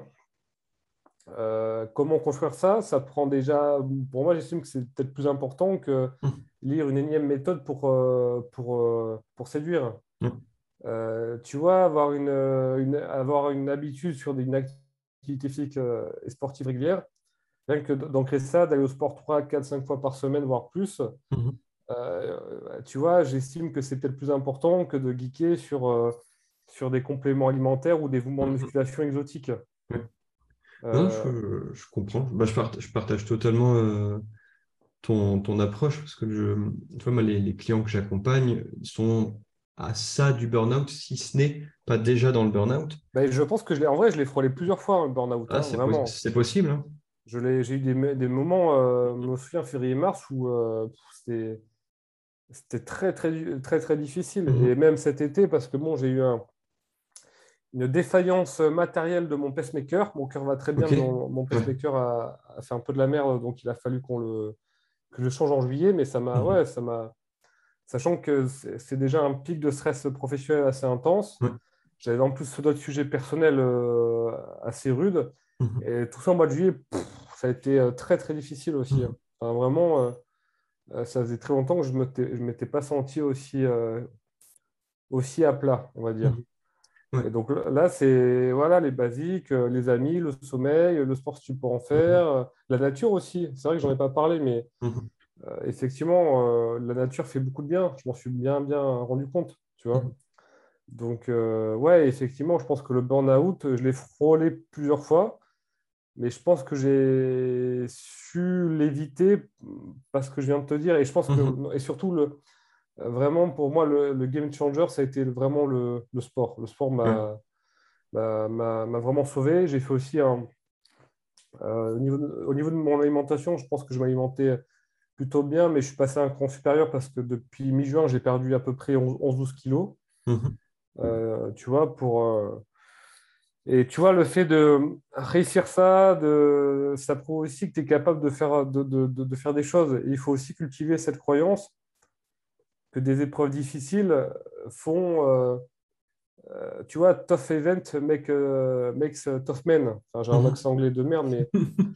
Euh, comment construire ça? Ça prend déjà, pour moi, j'estime que c'est peut-être plus important que Mhm. lire une énième méthode pour, euh, pour, euh, pour séduire. Ouais. Euh, tu vois, avoir une, euh, une- avoir une habitude sur des- une activité physique euh, et sportive régulière, rien que d'ancrer ça, d'aller au sport trois, quatre, cinq fois par semaine, voire plus, Mhm. euh, tu vois, j'estime que c'est peut-être plus important que de geeker sur, euh, sur des compléments alimentaires ou des mouvements de Mhm. musculation exotiques. Ouais. Non, Euh, je, je comprends. Bah, je partage, je partage totalement euh, ton, ton approche parce que je, tu vois, moi, les, les clients que j'accompagne ils sont à ça du burn-out, si ce n'est pas déjà dans le burn-out. ben, je pense que je l'ai, en vrai, je l'ai frôlé plusieurs fois, hein, le burn-out, Ah, hein, c'est pos- vraiment. c'est possible, hein. Je l'ai, j'ai eu des, des moments, euh, je me souviens, février-mars, où euh, pff, c'était, c'était très, très, très, très difficile. Et Mhm. même cet été, parce que bon, j'ai eu un- une défaillance matérielle de mon pacemaker. Mon cœur va très bien, Ok. mais mon, mon Ouais. pacemaker a, a fait un peu de la merde, donc il a fallu qu'on le, que je le change en juillet. Mais ça m'a, Mhm. ouais, ça m'a, sachant que c'est c'est déjà un pic de stress professionnel assez intense. Ouais. J'avais en plus d'autres sujets personnels euh, assez rudes. Mhm. Et tout ça en mois de juillet, pff, ça a été euh, très, très difficile aussi, hein. Mhm. Enfin, vraiment, euh, euh, ça faisait très longtemps que je ne m'étais je m'étais pas senti aussi, euh, aussi à plat, on va dire. Mhm. Ouais. Et donc là, c'est voilà, les basiques, euh, les amis, le sommeil, le sport si tu peux en Mhm. faire, euh, la nature aussi. C'est vrai que j'en ai pas parlé, mais Mhm. euh, effectivement, euh, la nature fait beaucoup de bien. Je m'en suis bien, bien rendu compte, tu vois. Mhm. Donc, euh, ouais, effectivement, je pense que le burn-out, je l'ai frôlé plusieurs fois, mais je pense que j'ai su l'éviter parce que je viens de te dire. Et je pense Mhm. que, et surtout, le, vraiment, pour moi, le, le game changer, ça a été vraiment le, le sport. Le sport Ouais. m'a m'a m'a- m'a vraiment sauvé. J'ai fait aussi un, euh, au niveau de, au niveau de mon alimentation, je pense que je m'alimentais plutôt bien, mais je suis passé à un cran supérieur parce que depuis mi-juin, j'ai perdu à peu près onze douze kilos. Mhm. Euh, tu vois, pour, euh, et tu vois, le fait de réussir ça, de, ça prouve aussi que tu es capable de faire, de, de- de- de faire des choses. Et il faut aussi cultiver cette croyance que des épreuves difficiles font, euh, euh, tu vois, tough event make, euh, makes a tough man. Enfin, j'ai un Mhm. accent anglais de merde, mais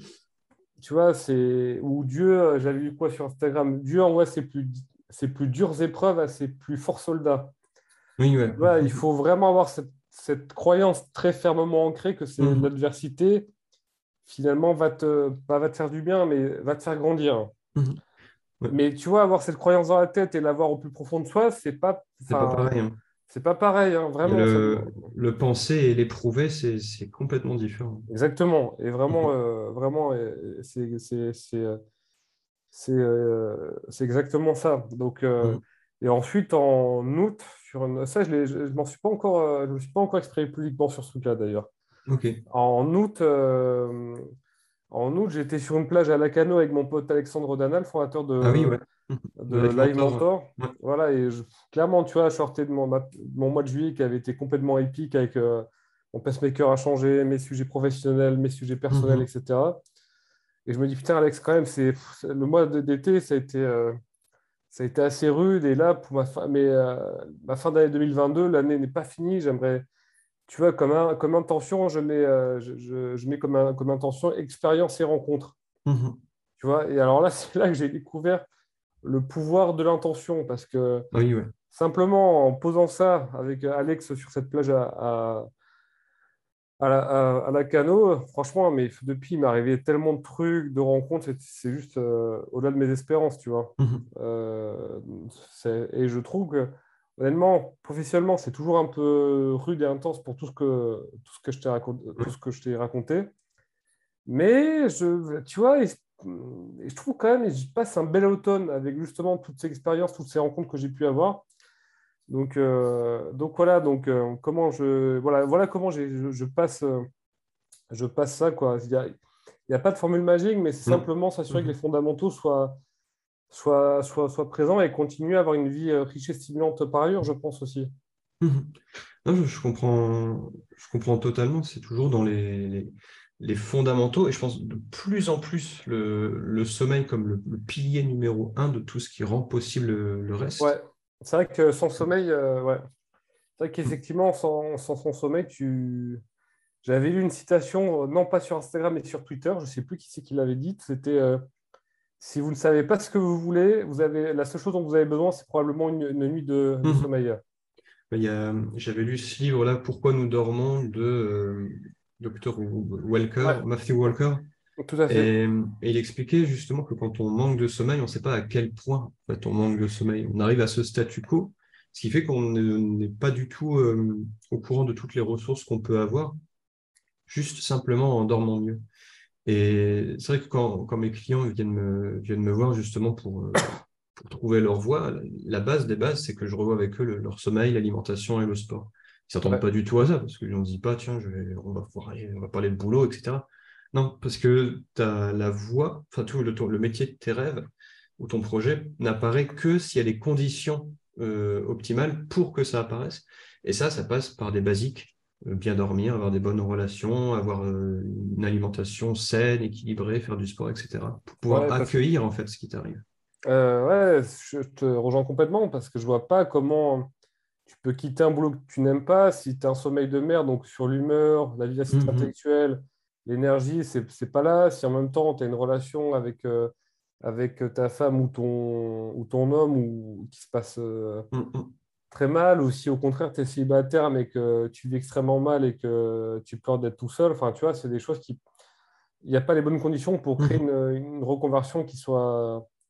tu vois, c'est où Dieu, euh, j'avais vu quoi sur Instagram, Dieu envoie ses plus, ses plus dures épreuves à ses plus forts soldats. Oui, ouais. Tu vois, il faut vraiment avoir cette, cette croyance très fermement ancrée que c'est Mhm. l'adversité, finalement, va te, pas va te faire du bien, mais va te faire grandir. Mhm. Ouais. Mais tu vois, avoir cette croyance dans la tête et l'avoir au plus profond de soi, c'est pas, C'est pas enfin, pareil, hein. c'est pas pareil, hein, Il y a vraiment. Ça... le, le penser et l'éprouver, c'est, c'est complètement différent. Exactement. Et vraiment, Mhm. euh, vraiment, euh, c'est, c'est, c'est, euh, c'est, euh, c'est exactement ça. Donc, euh, Mhm. et ensuite, en août, sur une... ça, je, l'ai- je, je m'en suis pas encore, euh, je me suis pas encore exprimé publiquement sur ce truc-là, d'ailleurs. Ok. En août, euh, en août, j'étais sur une plage à Lacano avec mon pote Alexandre Danal, fondateur Ah oui, de, ouais. Mhm. de Le Live Live Mentor, ouais. Mentor. Ouais. Voilà, et je- clairement, tu vois, je sortais de mon, ma- de mon mois de juillet qui avait été complètement épique avec euh, mon pacemaker a changé, mes sujets professionnels, mes sujets personnels, Mhm. et cetera. Et je me dis, putain, Alex, quand même, c'est le mois de- d'été, ça a été, euh, ça a été assez rude. Et là, pour ma fin, mais, euh, ma fin d'année deux mille vingt-deux, l'année n'est pas finie. J'aimerais, tu vois, comme, un- comme intention, je mets, euh, je, je- je mets comme, un- comme intention expérience et rencontre. Mhm. Tu vois, et alors là, c'est là que j'ai découvert le pouvoir de l'intention parce que Ah oui, ouais. simplement en posant ça avec Alex sur cette plage à, à, à la, à- à la Cano, franchement, mais depuis, il m'est arrivé tellement de trucs, de rencontres, c'est c'est juste euh, au-delà de mes espérances, tu vois. Mhm. Euh, c'est- et je trouve que, honnêtement, professionnellement, c'est toujours un peu rude et intense pour tout ce que, tout ce que je t'ai raconté, tout Ouais. ce que je t'ai raconté. Mais je, tu vois, et, et je trouve quand même, je passe un bel automne avec justement toutes ces expériences, toutes ces rencontres que j'ai pu avoir. Donc, euh, donc voilà, donc euh, comment je, voilà, voilà comment j'ai- je, je passe, euh, je passe ça, quoi. Il y a, il y a pas de formule magique, mais c'est Non. simplement s'assurer que les Mhm. fondamentaux soient, soient, soient, soient présents et continuer à avoir une vie euh, riche et stimulante par ailleurs, je pense aussi. Mhm. Non, je, je comprends, je comprends totalement. C'est toujours dans les, les, les fondamentaux. Et je pense de plus en plus le, le sommeil comme le, le pilier numéro un de tout ce qui rend possible le, le Ouais, reste. c'est vrai que sans sommeil, euh, ouais. C'est vrai qu'effectivement, sans, sans son sommeil, tu... J'avais lu une citation, euh, non pas sur Instagram, mais sur Twitter, je ne sais plus qui c'est qui l'avait dite, c'était euh, si vous ne savez pas ce que vous voulez, vous avez, la seule chose dont vous avez besoin, c'est probablement une, une nuit de, de Mhm. sommeil. Il y a, j'avais lu ce livre-là, Pourquoi nous dormons, de euh, docteur Walker, Ouais, Matthew Walker. tout à fait. Et, et il expliquait justement que quand on manque de sommeil, on ne sait pas à quel point en fait, on manque de sommeil. On arrive à ce statu quo, ce qui fait qu'on ne- n'est pas du tout euh, au courant de toutes les ressources qu'on peut avoir, juste simplement en dormant mieux. Et c'est vrai que quand, quand mes clients viennent me, viennent me voir justement pour, euh, pour trouver leur voie, la base des bases, c'est que je revois avec eux le- leur sommeil, l'alimentation et le sport. Ils s'attendent Ouais, pas du tout à ça, parce qu'on ne se dit pas, tiens, je vais, on va pouvoir aller- on va parler de boulot, et cetera. Non, parce que tu as la voie, enfin tout le, ton- le métier de tes rêves ou ton projet n'apparaît que s'il y a les conditions euh, optimales pour que ça apparaisse. Et ça, ça passe par des basiques, euh, bien dormir, avoir des bonnes relations, avoir euh, une alimentation saine, équilibrée, faire du sport, et cetera. Pour pouvoir ouais, parce que accueillir en fait ce qui t'arrive. euh, ouais, je te rejoins complètement parce que je vois pas comment tu peux quitter un boulot que tu n'aimes pas si tu as un sommeil de merde, donc sur l'humeur, la vivacité Mhm. intellectuelle, l'énergie, c'est c'est pas là. Si en même temps tu as une relation avec, euh, avec ta femme ou ton, ou ton homme ou qui se passe euh, Mhm. très mal, ou si au contraire tu es célibataire mais que tu vis extrêmement mal et que tu pleures d'être tout seul, enfin tu vois, c'est des choses qui. Il n'y a pas les bonnes conditions pour créer Mhm. une, une reconversion qui soit,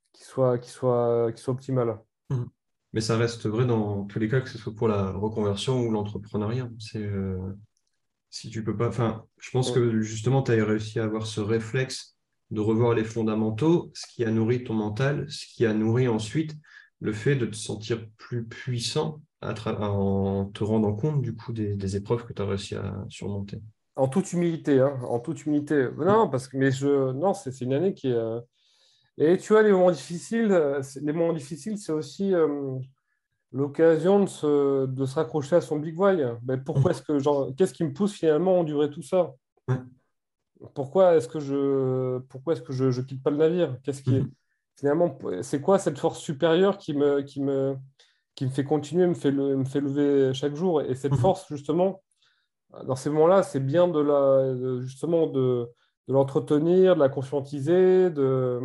qui soit, qui soit, qui soit optimale. Mhm. Mais ça reste vrai dans tous les cas, que ce soit pour la reconversion ou l'entrepreneuriat. C'est, euh, si tu peux pas, enfin, je pense Mm. que justement, tu as réussi à avoir ce réflexe de revoir les fondamentaux, ce qui a nourri ton mental, ce qui a nourri ensuite le fait de te sentir plus puissant à tra- en te rendant compte du coup des, des épreuves que tu as réussi à surmonter. En toute humilité, hein, en toute humilité. Non, parce que, mais je, non, c'est c'est une année qui est. euh, Et tu vois, les moments difficiles, euh, c'est- les moments difficiles, c'est aussi euh, l'occasion de se, de se raccrocher à son big why. Ben, pourquoi est-ce que, genre, qu'est-ce qui me pousse finalement à endurer tout ça? Ouais. Pourquoi est-ce que je, pourquoi est-ce que je, je quitte pas le navire? Qu'est-ce qui est, Mhm. finalement, c'est quoi cette force supérieure qui me, qui me, qui me fait continuer, me fait, le- me fait lever chaque jour? Et cette Mhm. force, justement, dans ces moments-là, c'est bien de la, de- justement de, de l'entretenir, de la conscientiser, de,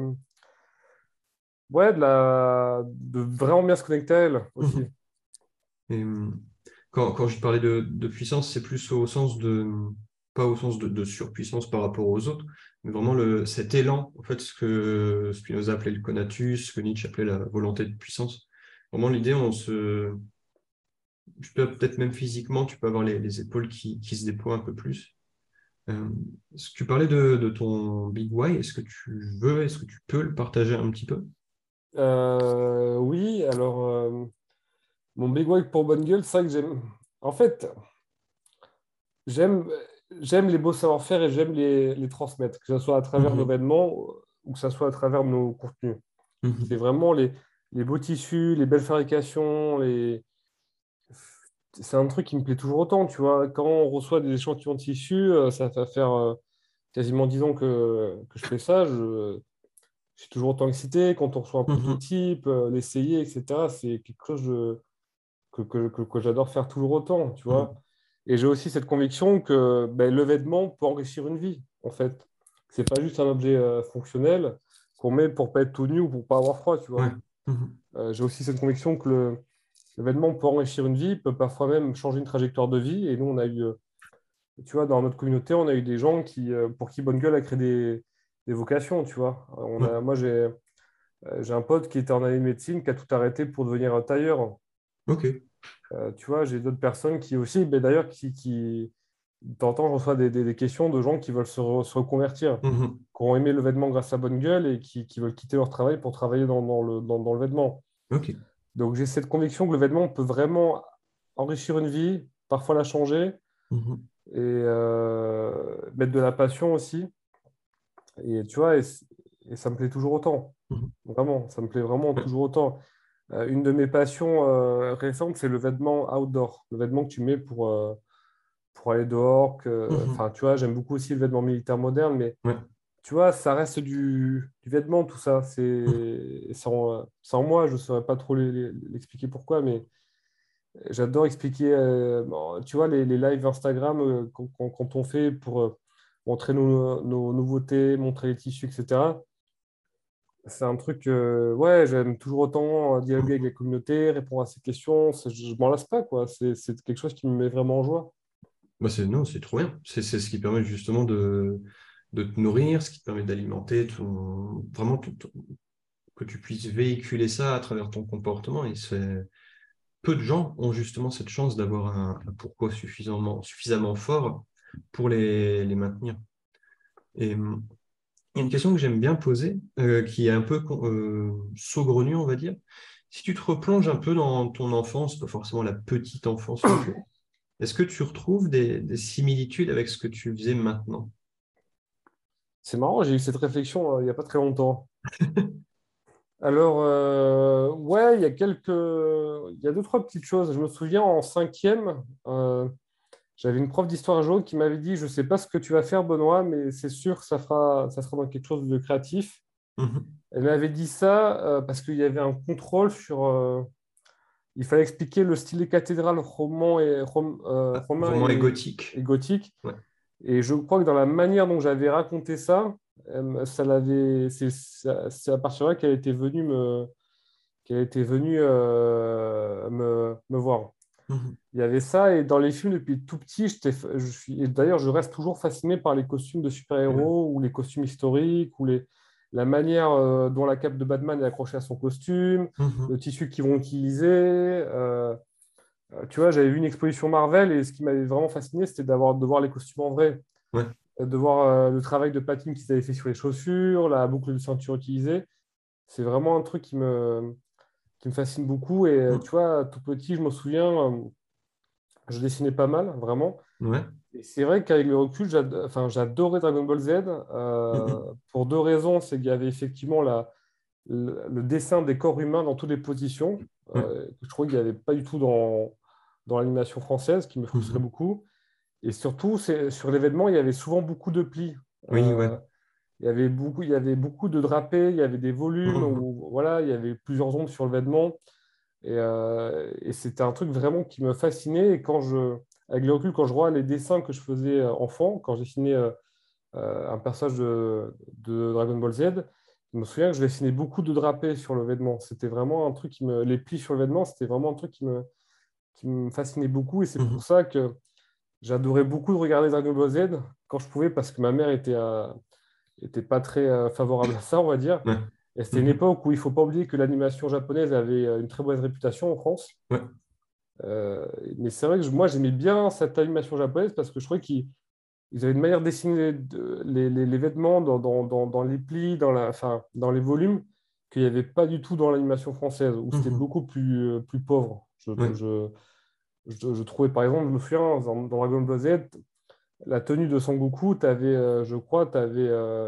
ouais, de la, de vraiment bien se connecter à elle aussi. Mhm. Et, hum, quand, quand je parlais de, de puissance, c'est plus au sens de, pas au sens de, de surpuissance par rapport aux autres, mais vraiment le, cet élan, en fait, ce que Spinoza appelait le conatus, ce que Nietzsche appelait la volonté de puissance. Vraiment l'idée, on se, tu peux peut-être même physiquement, tu peux avoir les, les épaules qui, qui se déploient un peu plus. Euh, est-ce que tu parlais de, de ton Big Why, est-ce que tu veux, est-ce que tu peux le partager un petit peu? Euh, oui, alors, euh, mon big why pour bonne gueule, c'est vrai que j'aime. En fait, j'aime, j'aime les beaux savoir-faire et j'aime les, les transmettre, que ce soit à travers nos Mhm. vêtements ou que ce soit à travers nos contenus. C'est Mhm. vraiment les, les beaux tissus, les belles fabrications, les... c'est un truc qui me plaît toujours autant, tu vois. Quand on reçoit des échantillons de tissus, euh, ça va faire euh, quasiment dix ans que, que je fais ça. Je, je suis toujours autant excité. Quand on reçoit un Mhm. prototype, euh, l'essayer, et cetera, c'est quelque chose de- que, que, que, que j'adore faire toujours autant, tu vois. Mhm. Et j'ai aussi cette conviction que ben, le vêtement peut enrichir une vie, en fait. C'est pas juste un objet euh, fonctionnel qu'on met pour pas être tout nu ou pour pas avoir froid, tu Ouais. vois. Mhm. Euh, j'ai aussi cette conviction que le, le vêtement peut enrichir une vie, peut parfois même changer une trajectoire de vie. Et nous, on a eu, euh, tu vois, dans notre communauté, on a eu des gens qui, euh, pour qui Bonne Gueule a créé des, des vocations, tu vois. Euh, On Ouais. a, moi, j'ai euh, j'ai un pote qui était en année de médecine, qui a tout arrêté pour devenir euh, tailleur. Ok. Euh, tu vois, j'ai d'autres personnes qui aussi, ben, d'ailleurs, qui, qui... de temps en temps, je reçois des, des- des questions de gens qui veulent se, re- se reconvertir, Mhm. qui ont aimé le vêtement grâce à Bonne Gueule et qui, qui veulent quitter leur travail pour travailler dans, dans le, dans, dans le vêtement. Ok. Donc, j'ai cette conviction que le vêtement peut vraiment enrichir une vie, parfois la changer Mhm. et euh, mettre de la passion aussi. Et tu vois, et, c- et ça me plaît toujours autant. Mhm. Vraiment, ça me plaît vraiment Ouais. toujours autant. Euh, une de mes passions euh, récentes, c'est le vêtement outdoor, le vêtement que tu mets pour, euh, pour aller dehors. que- Mhm. Enfin, tu vois, j'aime beaucoup aussi le vêtement militaire moderne, mais Ouais. tu vois, ça reste du, du vêtement, tout ça. Mhm. C'est sans, sans moi, je ne saurais pas trop les- les- l'expliquer pourquoi, mais j'adore expliquer, euh, bon, tu vois, les, les lives Instagram euh, qu'on qu'on- quand on fait pour euh, montrer nos, nos nouveautés, montrer les tissus, et cetera. C'est un truc, euh, ouais, j'aime toujours autant euh, dialoguer avec Mhm. la communauté, répondre à ces questions. C'est- Je ne m'en lasse pas, quoi. C'est c'est quelque chose qui me met vraiment en joie. Bah c'est, non, c'est trop bien. C'est c'est ce qui permet justement de, de te nourrir, ce qui te permet d'alimenter ton, vraiment ton- ton- que tu puisses véhiculer ça à travers ton comportement. Et c'est, peu de gens ont justement cette chance d'avoir un, un pourquoi suffisamment, suffisamment fort pour les, les maintenir. Et hum, il y a une question que j'aime bien poser, euh, qui est un peu euh, saugrenue, on va dire. Si tu te replonges un peu dans ton enfance, pas forcément la petite enfance non plus, est-ce que tu retrouves des, des similitudes avec ce que tu faisais maintenant? C'est marrant, j'ai eu cette réflexion euh, il n'y a pas très longtemps. Alors, euh, ouais, il y a quelques... Il y a deux, trois petites choses. Je me souviens, en cinquième, euh, j'avais une prof d'histoire géo qui m'avait dit, je ne sais pas ce que tu vas faire, Benoît, mais c'est sûr que ça fera, ça sera dans quelque chose de créatif. Mhm. Elle m'avait dit ça euh, parce qu'il y avait un contrôle sur... euh, il fallait expliquer le style des cathédrales roman et, rom- euh, Ah, romain roman et et, et gothique. gothique. Ouais. Et je crois que dans la manière dont j'avais raconté ça, euh, ça l'avait, c'est, c'est c'est à partir de là qu'elle était venue me, qu'elle était venue euh, me, me voir. Mhm. Il y avait ça, et dans les films, depuis tout petit, j'étais, je suis, et d'ailleurs, je reste toujours fasciné par les costumes de Ouais. super-héros ou les costumes historiques ou les, la manière euh, dont la cape de Batman est accrochée à son costume, Mhm. le tissu qu'ils vont utiliser. Euh, euh, tu vois, j'avais vu une exposition Marvel et ce qui m'avait vraiment fasciné, c'était d'avoir, de voir les costumes en vrai, Ouais. euh, de voir euh, le travail de platine qu'ils avaient fait sur les chaussures, la boucle de ceinture utilisée. C'est vraiment un truc qui me, qui me fascine beaucoup. Et euh, Mhm. tu vois, tout petit, je me souviens, euh, je dessinais pas mal, vraiment. Ouais. Et c'est vrai qu'avec le recul, j'ad- enfin, j'adorais Dragon Ball Z euh, Mhm. pour deux raisons. C'est qu'il y avait effectivement la, le, le dessin des corps humains dans toutes les positions. Ouais. Euh, que je trouvais qu'il n'y avait pas du tout dans, dans l'animation française, qui me frustrait Mhm. beaucoup. Et surtout, c'est, sur l'événement, il y avait souvent beaucoup de plis. Oui, ouais. Euh, il y avait beaucoup, il y avait beaucoup de drapés, il y avait des volumes Mhm. où voilà, il y avait plusieurs ombres sur le vêtement. Et, euh, et c'était un truc vraiment qui me fascinait. Et quand je, avec le recul, quand je vois les dessins que je faisais euh, enfant, quand j'ai dessiné euh, euh, un personnage de, de Dragon Ball Z, je me souviens que je dessinais beaucoup de drapés sur le vêtement. C'était vraiment un truc qui me, les plis sur le vêtement, c'était vraiment un truc qui me, qui me fascinait beaucoup. Et c'est pour Mhm. ça que j'adorais beaucoup de regarder Dragon Ball Z quand je pouvais, parce que ma mère était, euh, était pas très euh, favorable à ça, on va dire. Ouais. Et c'était une Mhm. époque où il ne faut pas oublier que l'animation japonaise avait euh, une très bonne réputation en France. Ouais. Euh, mais c'est vrai que je- moi, j'aimais bien cette animation japonaise parce que je trouvais qu'ils ils avaient une manière de dessiner de- les, les- les vêtements dans, dans- dans- dans les plis, dans la, enfin, dans les volumes, qu'il n'y avait pas du tout dans l'animation française, où c'était Mhm. beaucoup plus, euh, plus pauvre. Je, Ouais. je, je, je trouvais, par exemple, je me souviens, dans, dans Dragon Ball Z, la tenue de Son Goku, tu avais, je crois, tu avais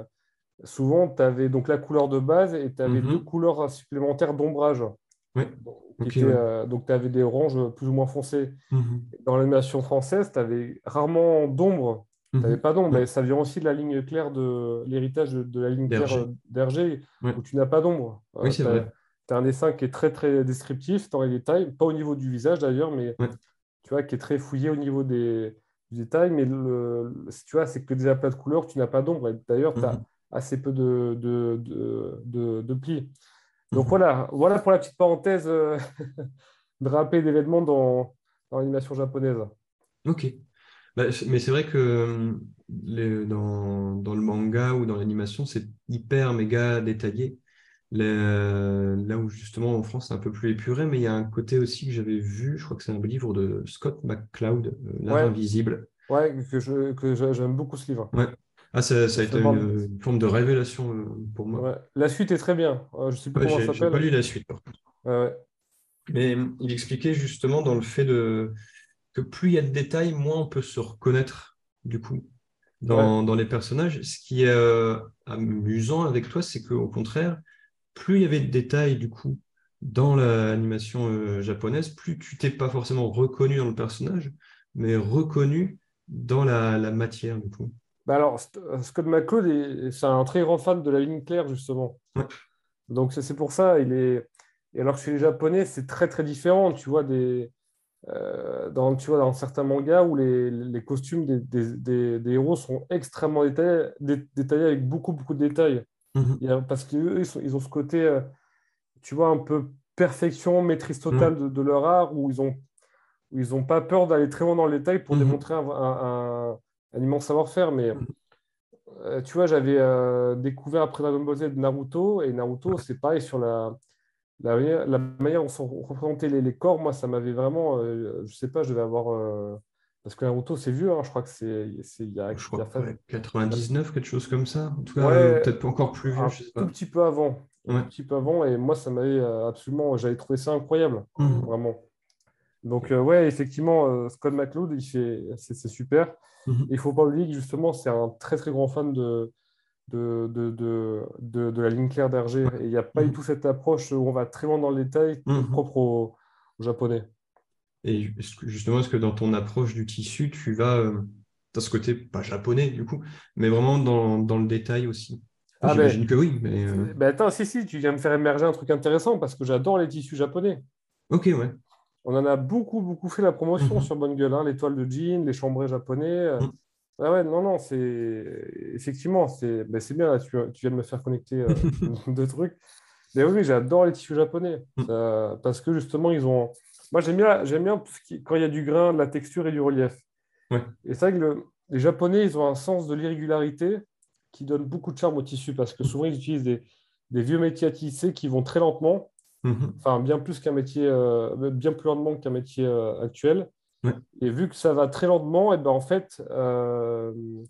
souvent, tu avais donc la couleur de base et tu avais deux Mhm. couleurs supplémentaires d'ombrage. Ouais. Donc, qui Ok, étaient, ouais. euh, donc, tu avais des oranges plus ou moins foncés. Mhm. Dans l'animation française, tu avais rarement d'ombre. Tu n'avais Mhm. pas d'ombre. Ouais. Mais ça vient aussi de la ligne claire de l'héritage de, de la ligne claire euh, Berger. d'Hergé, Ouais. où tu n'as pas d'ombre. Oui, Euh, c'est tu vrai. as, un dessin qui est très, très descriptif dans les détails, pas au niveau du visage d'ailleurs, mais Ouais. tu vois, qui est très fouillé au niveau des, du détail. Mais le, le- si tu vois, c'est que des aplats de couleurs, tu n'as pas d'ombre. Et d'ailleurs, tu as Mhm. assez peu de, de, de, de- de plis. Donc Mhm. voilà, voilà pour la petite parenthèse euh, drapée d'événements dans, dans l'animation japonaise. Ok. Bah, c'est- mais c'est vrai que euh, les- dans, dans le manga ou dans l'animation, c'est hyper méga détaillé. Les- là où justement en France, c'est un peu plus épuré, mais il y a un côté aussi que j'avais vu, je crois que c'est un livre de Scott McCloud, euh, L'art Ouais, invisible. ouais, que je, que je- j'aime beaucoup ce livre. Ouais. Ah, ça, ça a Ça été une, demande. une forme de révélation euh, pour moi. Ouais. La suite est très bien. Euh, je sais plus Ouais, comment ça j'ai j'ai pas s'appelle. lu la suite, par contre. Ouais, ouais. Mais euh, il expliquait justement dans le fait de, que plus il y a de détails, moins on peut se reconnaître, du coup, Ouais. dans, dans les personnages. Ce qui est euh, amusant avec toi, c'est qu'au contraire, plus il y avait de détails, du coup, dans l'animation euh, japonaise, plus tu t'es pas forcément reconnu dans le personnage, mais reconnu dans la, la matière, du coup. Bah alors, St- euh, Scott McCloud, est- c'est un très grand fan de la ligne claire, justement. Ouais. Donc, c'est c'est pour ça. Il est... Et alors que chez les Japonais, c'est très, très différent. Tu vois, des, euh, dans, tu vois, dans certains mangas où les, les costumes des, des, des- des héros sont extrêmement détaillés, dé- détaillés avec beaucoup, beaucoup de détails. Mhm. Il y a- parce qu'eux, ils, sont- ils ont ce côté, euh, tu vois, un peu perfection, maîtrise Ouais. totale de, de leur art, où ils ont où ils n'ont pas peur d'aller très loin dans le détail pour Mhm. démontrer un, un- un- un immense savoir-faire. Mais Mhm. euh, tu vois, j'avais euh, découvert après Dragon Ball Z Naruto, et Naruto, c'est pareil sur la, la, manière la manière dont sont représentés les, les corps. Moi, ça m'avait vraiment, euh, je sais pas, je devais avoir. euh, parce que Naruto, c'est vieux, hein, je crois que c'est c'est- il y a, Je il y a crois, fa- ouais, il y a- quatre-vingt-dix-neuf, quelque chose comme ça. En tout cas, euh, ouais, peut-être pas encore plus vieux, un je sais tout pas. petit peu avant. Un Ouais. tout petit peu avant, et moi, ça m'avait euh, absolument, j'avais trouvé ça incroyable, Mhm. vraiment. Donc, euh, ouais, effectivement, euh, Scott McCloud, il fait, c'est c'est super. Mhm. Il ne faut pas oublier que justement, c'est un très très grand fan de, de, de, de, de, de la ligne claire d'Hergé. Ouais. Et il n'y a pas du Mhm. tout cette approche où on va très loin dans le détail qui est Mhm. propre aux, aux Japonais. Et est-ce que- justement, est-ce que dans ton approche du tissu, tu vas euh, dans ce côté, pas japonais du coup, mais vraiment dans, dans le détail aussi? Enfin, Ah ben, j'imagine que oui, mais euh, ben attends, si, si, tu viens de faire émerger un truc intéressant parce que j'adore les tissus japonais. ok, ouais. On en a beaucoup, beaucoup fait la promotion Mhm. sur Bonne Gueule, hein, les toiles de jean, les chambrés japonais. euh. Mhm. Ah ouais, non, non, c'est effectivement, c'est ben, c'est bien, là, tu, tu viens de me faire connecter euh, deux trucs. Mais oui, oui, j'adore les tissus japonais. Ça- parce que justement, ils ont. Moi, j'aime bien, j'aime bien tout ce qui- quand il y a du grain, de la texture et du relief. Ouais. Et c'est vrai que le- les Japonais, ils ont un sens de l'irrégularité qui donne beaucoup de charme au tissu parce que souvent, ils utilisent des, des vieux métiers à tisser qui vont très lentement, Mhm. enfin, bien plus qu'un métier, euh, bien plus lentement qu'un métier euh, actuel. Ouais. Et vu que ça va très lentement, et ben, en fait, euh,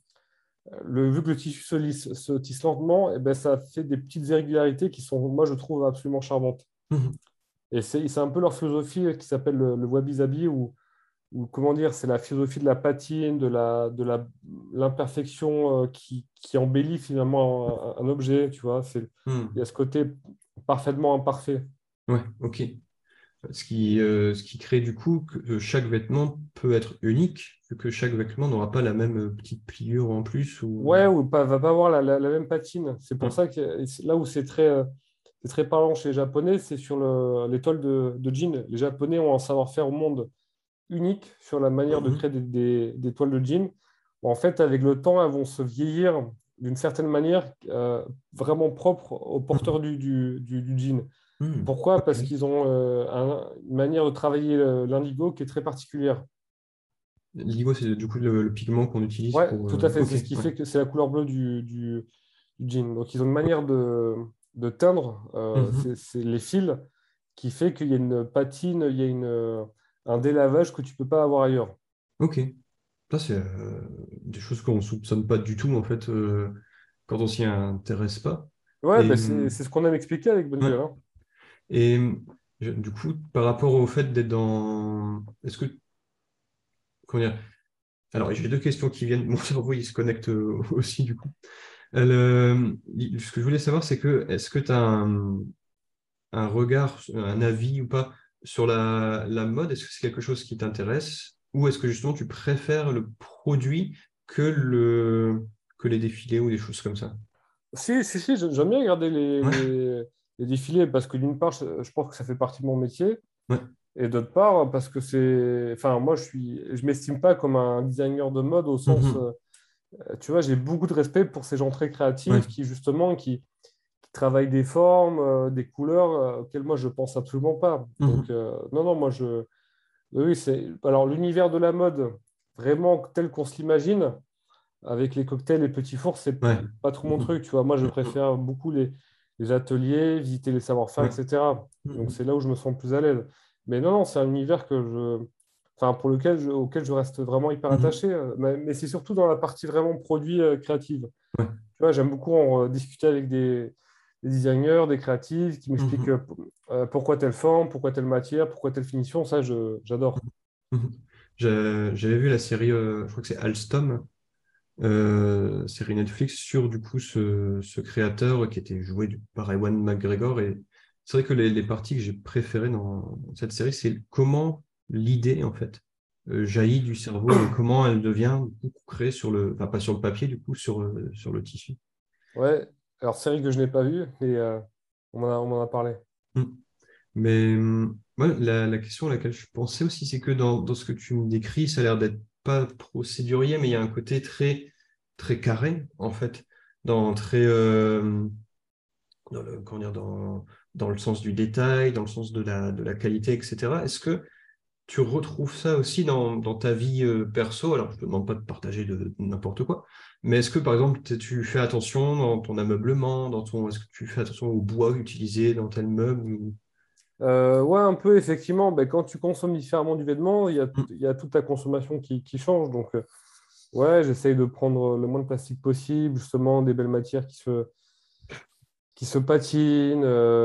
le, vu que le tissu se, lisse- se tisse lentement, et ben, ça fait des petites irrégularités qui sont, moi, je trouve absolument charmantes. Mhm. Et c'est c'est un peu leur philosophie qui s'appelle le, le wabi-sabi, ou comment dire, c'est la philosophie de la patine, de la, de la, l'imperfection euh, qui, qui embellit finalement un, un objet, tu vois. C'est, il y a Mhm. ce côté parfaitement imparfait. Ouais, ok. Ce qui, euh, ce qui crée du coup que chaque vêtement peut être unique, vu que chaque vêtement n'aura pas la même euh, petite pliure en plus. Ou... Ouais, ou pas, va pas avoir la, la- la même patine. C'est pour Ouais. ça que c'est là où c'est très, euh, c'est très parlant chez les Japonais, c'est sur le, les toiles de, de jeans. Les Japonais ont un savoir-faire au monde unique sur la manière de Mhm. créer des, des- des toiles de jeans. En fait, avec le temps, elles vont se vieillir d'une certaine manière euh, vraiment propre au porteur Mhm. du, du, du- du jean. Mhm. Pourquoi? Parce Ok. qu'ils ont euh, un- une manière de travailler euh, l'indigo qui est très particulière. L'igo, c'est du coup le, le pigment qu'on utilise Ouais, pour. tout euh, à fait. Ok, C'est ce qui ouais. fait que c'est la couleur bleue du, du, du jean. Donc, ils ont une manière de, de teindre euh, Mhm. c'est, c'est les fils qui fait qu'il y a une patine, il y a une, euh, un délavage que tu ne peux pas avoir ailleurs. Ok. Ça, c'est euh, des choses qu'on ne soupçonne pas du tout, en fait, euh, quand on s'y intéresse pas. Ouais, Et, ben c'est hum, c'est ce qu'on a expliqué avec Bonne ouais. Gueule, hein. Et je- du coup, par rapport au fait d'être dans. Est-ce que. Comment dire? Alors, j'ai deux questions qui viennent. Mon cerveau, il se connecte euh, aussi, du coup. Euh, le- ce que je voulais savoir, c'est que est-ce que tu as un, un regard, un avis ou pas sur la, la mode? Est-ce que c'est quelque chose qui t'intéresse? Ou est-ce que justement tu préfères le produit que, le, que les défilés ou des choses comme ça? Si, si, si, j'aime bien regarder les, Ouais, les, les défilés parce que d'une part, je, je pense que ça fait partie de mon métier ouais. et d'autre part, parce que c'est. Enfin, moi, je suis, je m'estime pas comme un designer de mode au sens. Mhm. euh, tu vois, j'ai beaucoup de respect pour ces gens très Ouais. créatifs qui, justement, qui, qui travaillent des formes, euh, des couleurs euh, auxquelles moi, je pense absolument pas. Donc, Mhm. euh, non, non, moi, je. Oui, c'est. Alors, l'univers de la mode, vraiment tel qu'on se l'imagine, avec les cocktails et petits fours, c'est Ouais. pas trop mon Mhm. truc. Tu vois, moi, je Mhm. préfère beaucoup les, les ateliers, visiter les savoir-faire, Ouais. et cetera. Donc, Mhm. c'est là où je me sens plus à l'aise. Mais non, non, c'est un univers que je, enfin, pour lequel je, auquel je reste vraiment hyper Mhm. attaché. euh, Mais, mais c'est surtout dans la partie vraiment produit euh, créative. Ouais. Tu vois, j'aime beaucoup en euh, discuter avec des, des designers, des créatifs qui m'expliquent Mhm. euh, p- euh, pourquoi telle forme, pourquoi telle matière, pourquoi telle finition. Ça, je, j'adore. Mhm. J'a- J'avais vu la série, euh, je crois que c'est Alstom, euh, série Netflix sur du coup ce, ce créateur qui était joué du- par Ewan McGregor. Et c'est vrai que les, les parties que j'ai préférées dans cette série, c'est comment l'idée en fait euh, jaillit du cerveau et comment elle devient du coup, concrète sur le, enfin pas sur le papier du coup, sur, le- sur le tissu. Ouais, alors série que je n'ai pas vue, mais euh, on m'en a, on m'en a parlé. Mm. Mais hum, moi, la, la question à laquelle je pensais aussi, c'est que dans, dans ce que tu me décris, ça a l'air d'être pas procédurier, mais il y a un côté très, très carré, en fait, dans, très, euh, dans le, comment dire, dans, dans le sens du détail, dans le sens de la, de la qualité, et cetera. Est-ce que tu retrouves ça aussi dans, dans ta vie euh, perso? Alors, je ne te demande pas de partager de, de n'importe quoi, mais est-ce que, par exemple, t- tu fais attention dans ton ameublement, dans ton, est-ce que tu fais attention au bois utilisé dans tel meuble ou... Euh, ouais, un peu, effectivement. Ben, quand tu consommes différemment du vêtement, il y a, Mm. il y a toute ta consommation qui, qui change. Donc, euh, ouais, j'essaye de prendre le moins de plastique possible, justement, des belles matières qui se, qui se patinent,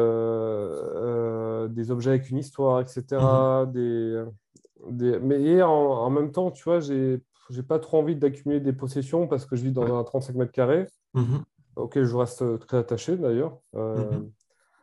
euh, euh, des objets avec une histoire, Mhm. et cetera. Des, des... Mais et en, en même temps, tu vois, j'ai, j'ai pas trop envie d'accumuler des possessions parce que je vis Ouais. dans un trente-cinq mètres carrés, Mhm. auquel je reste très attaché d'ailleurs. Euh, Mhm.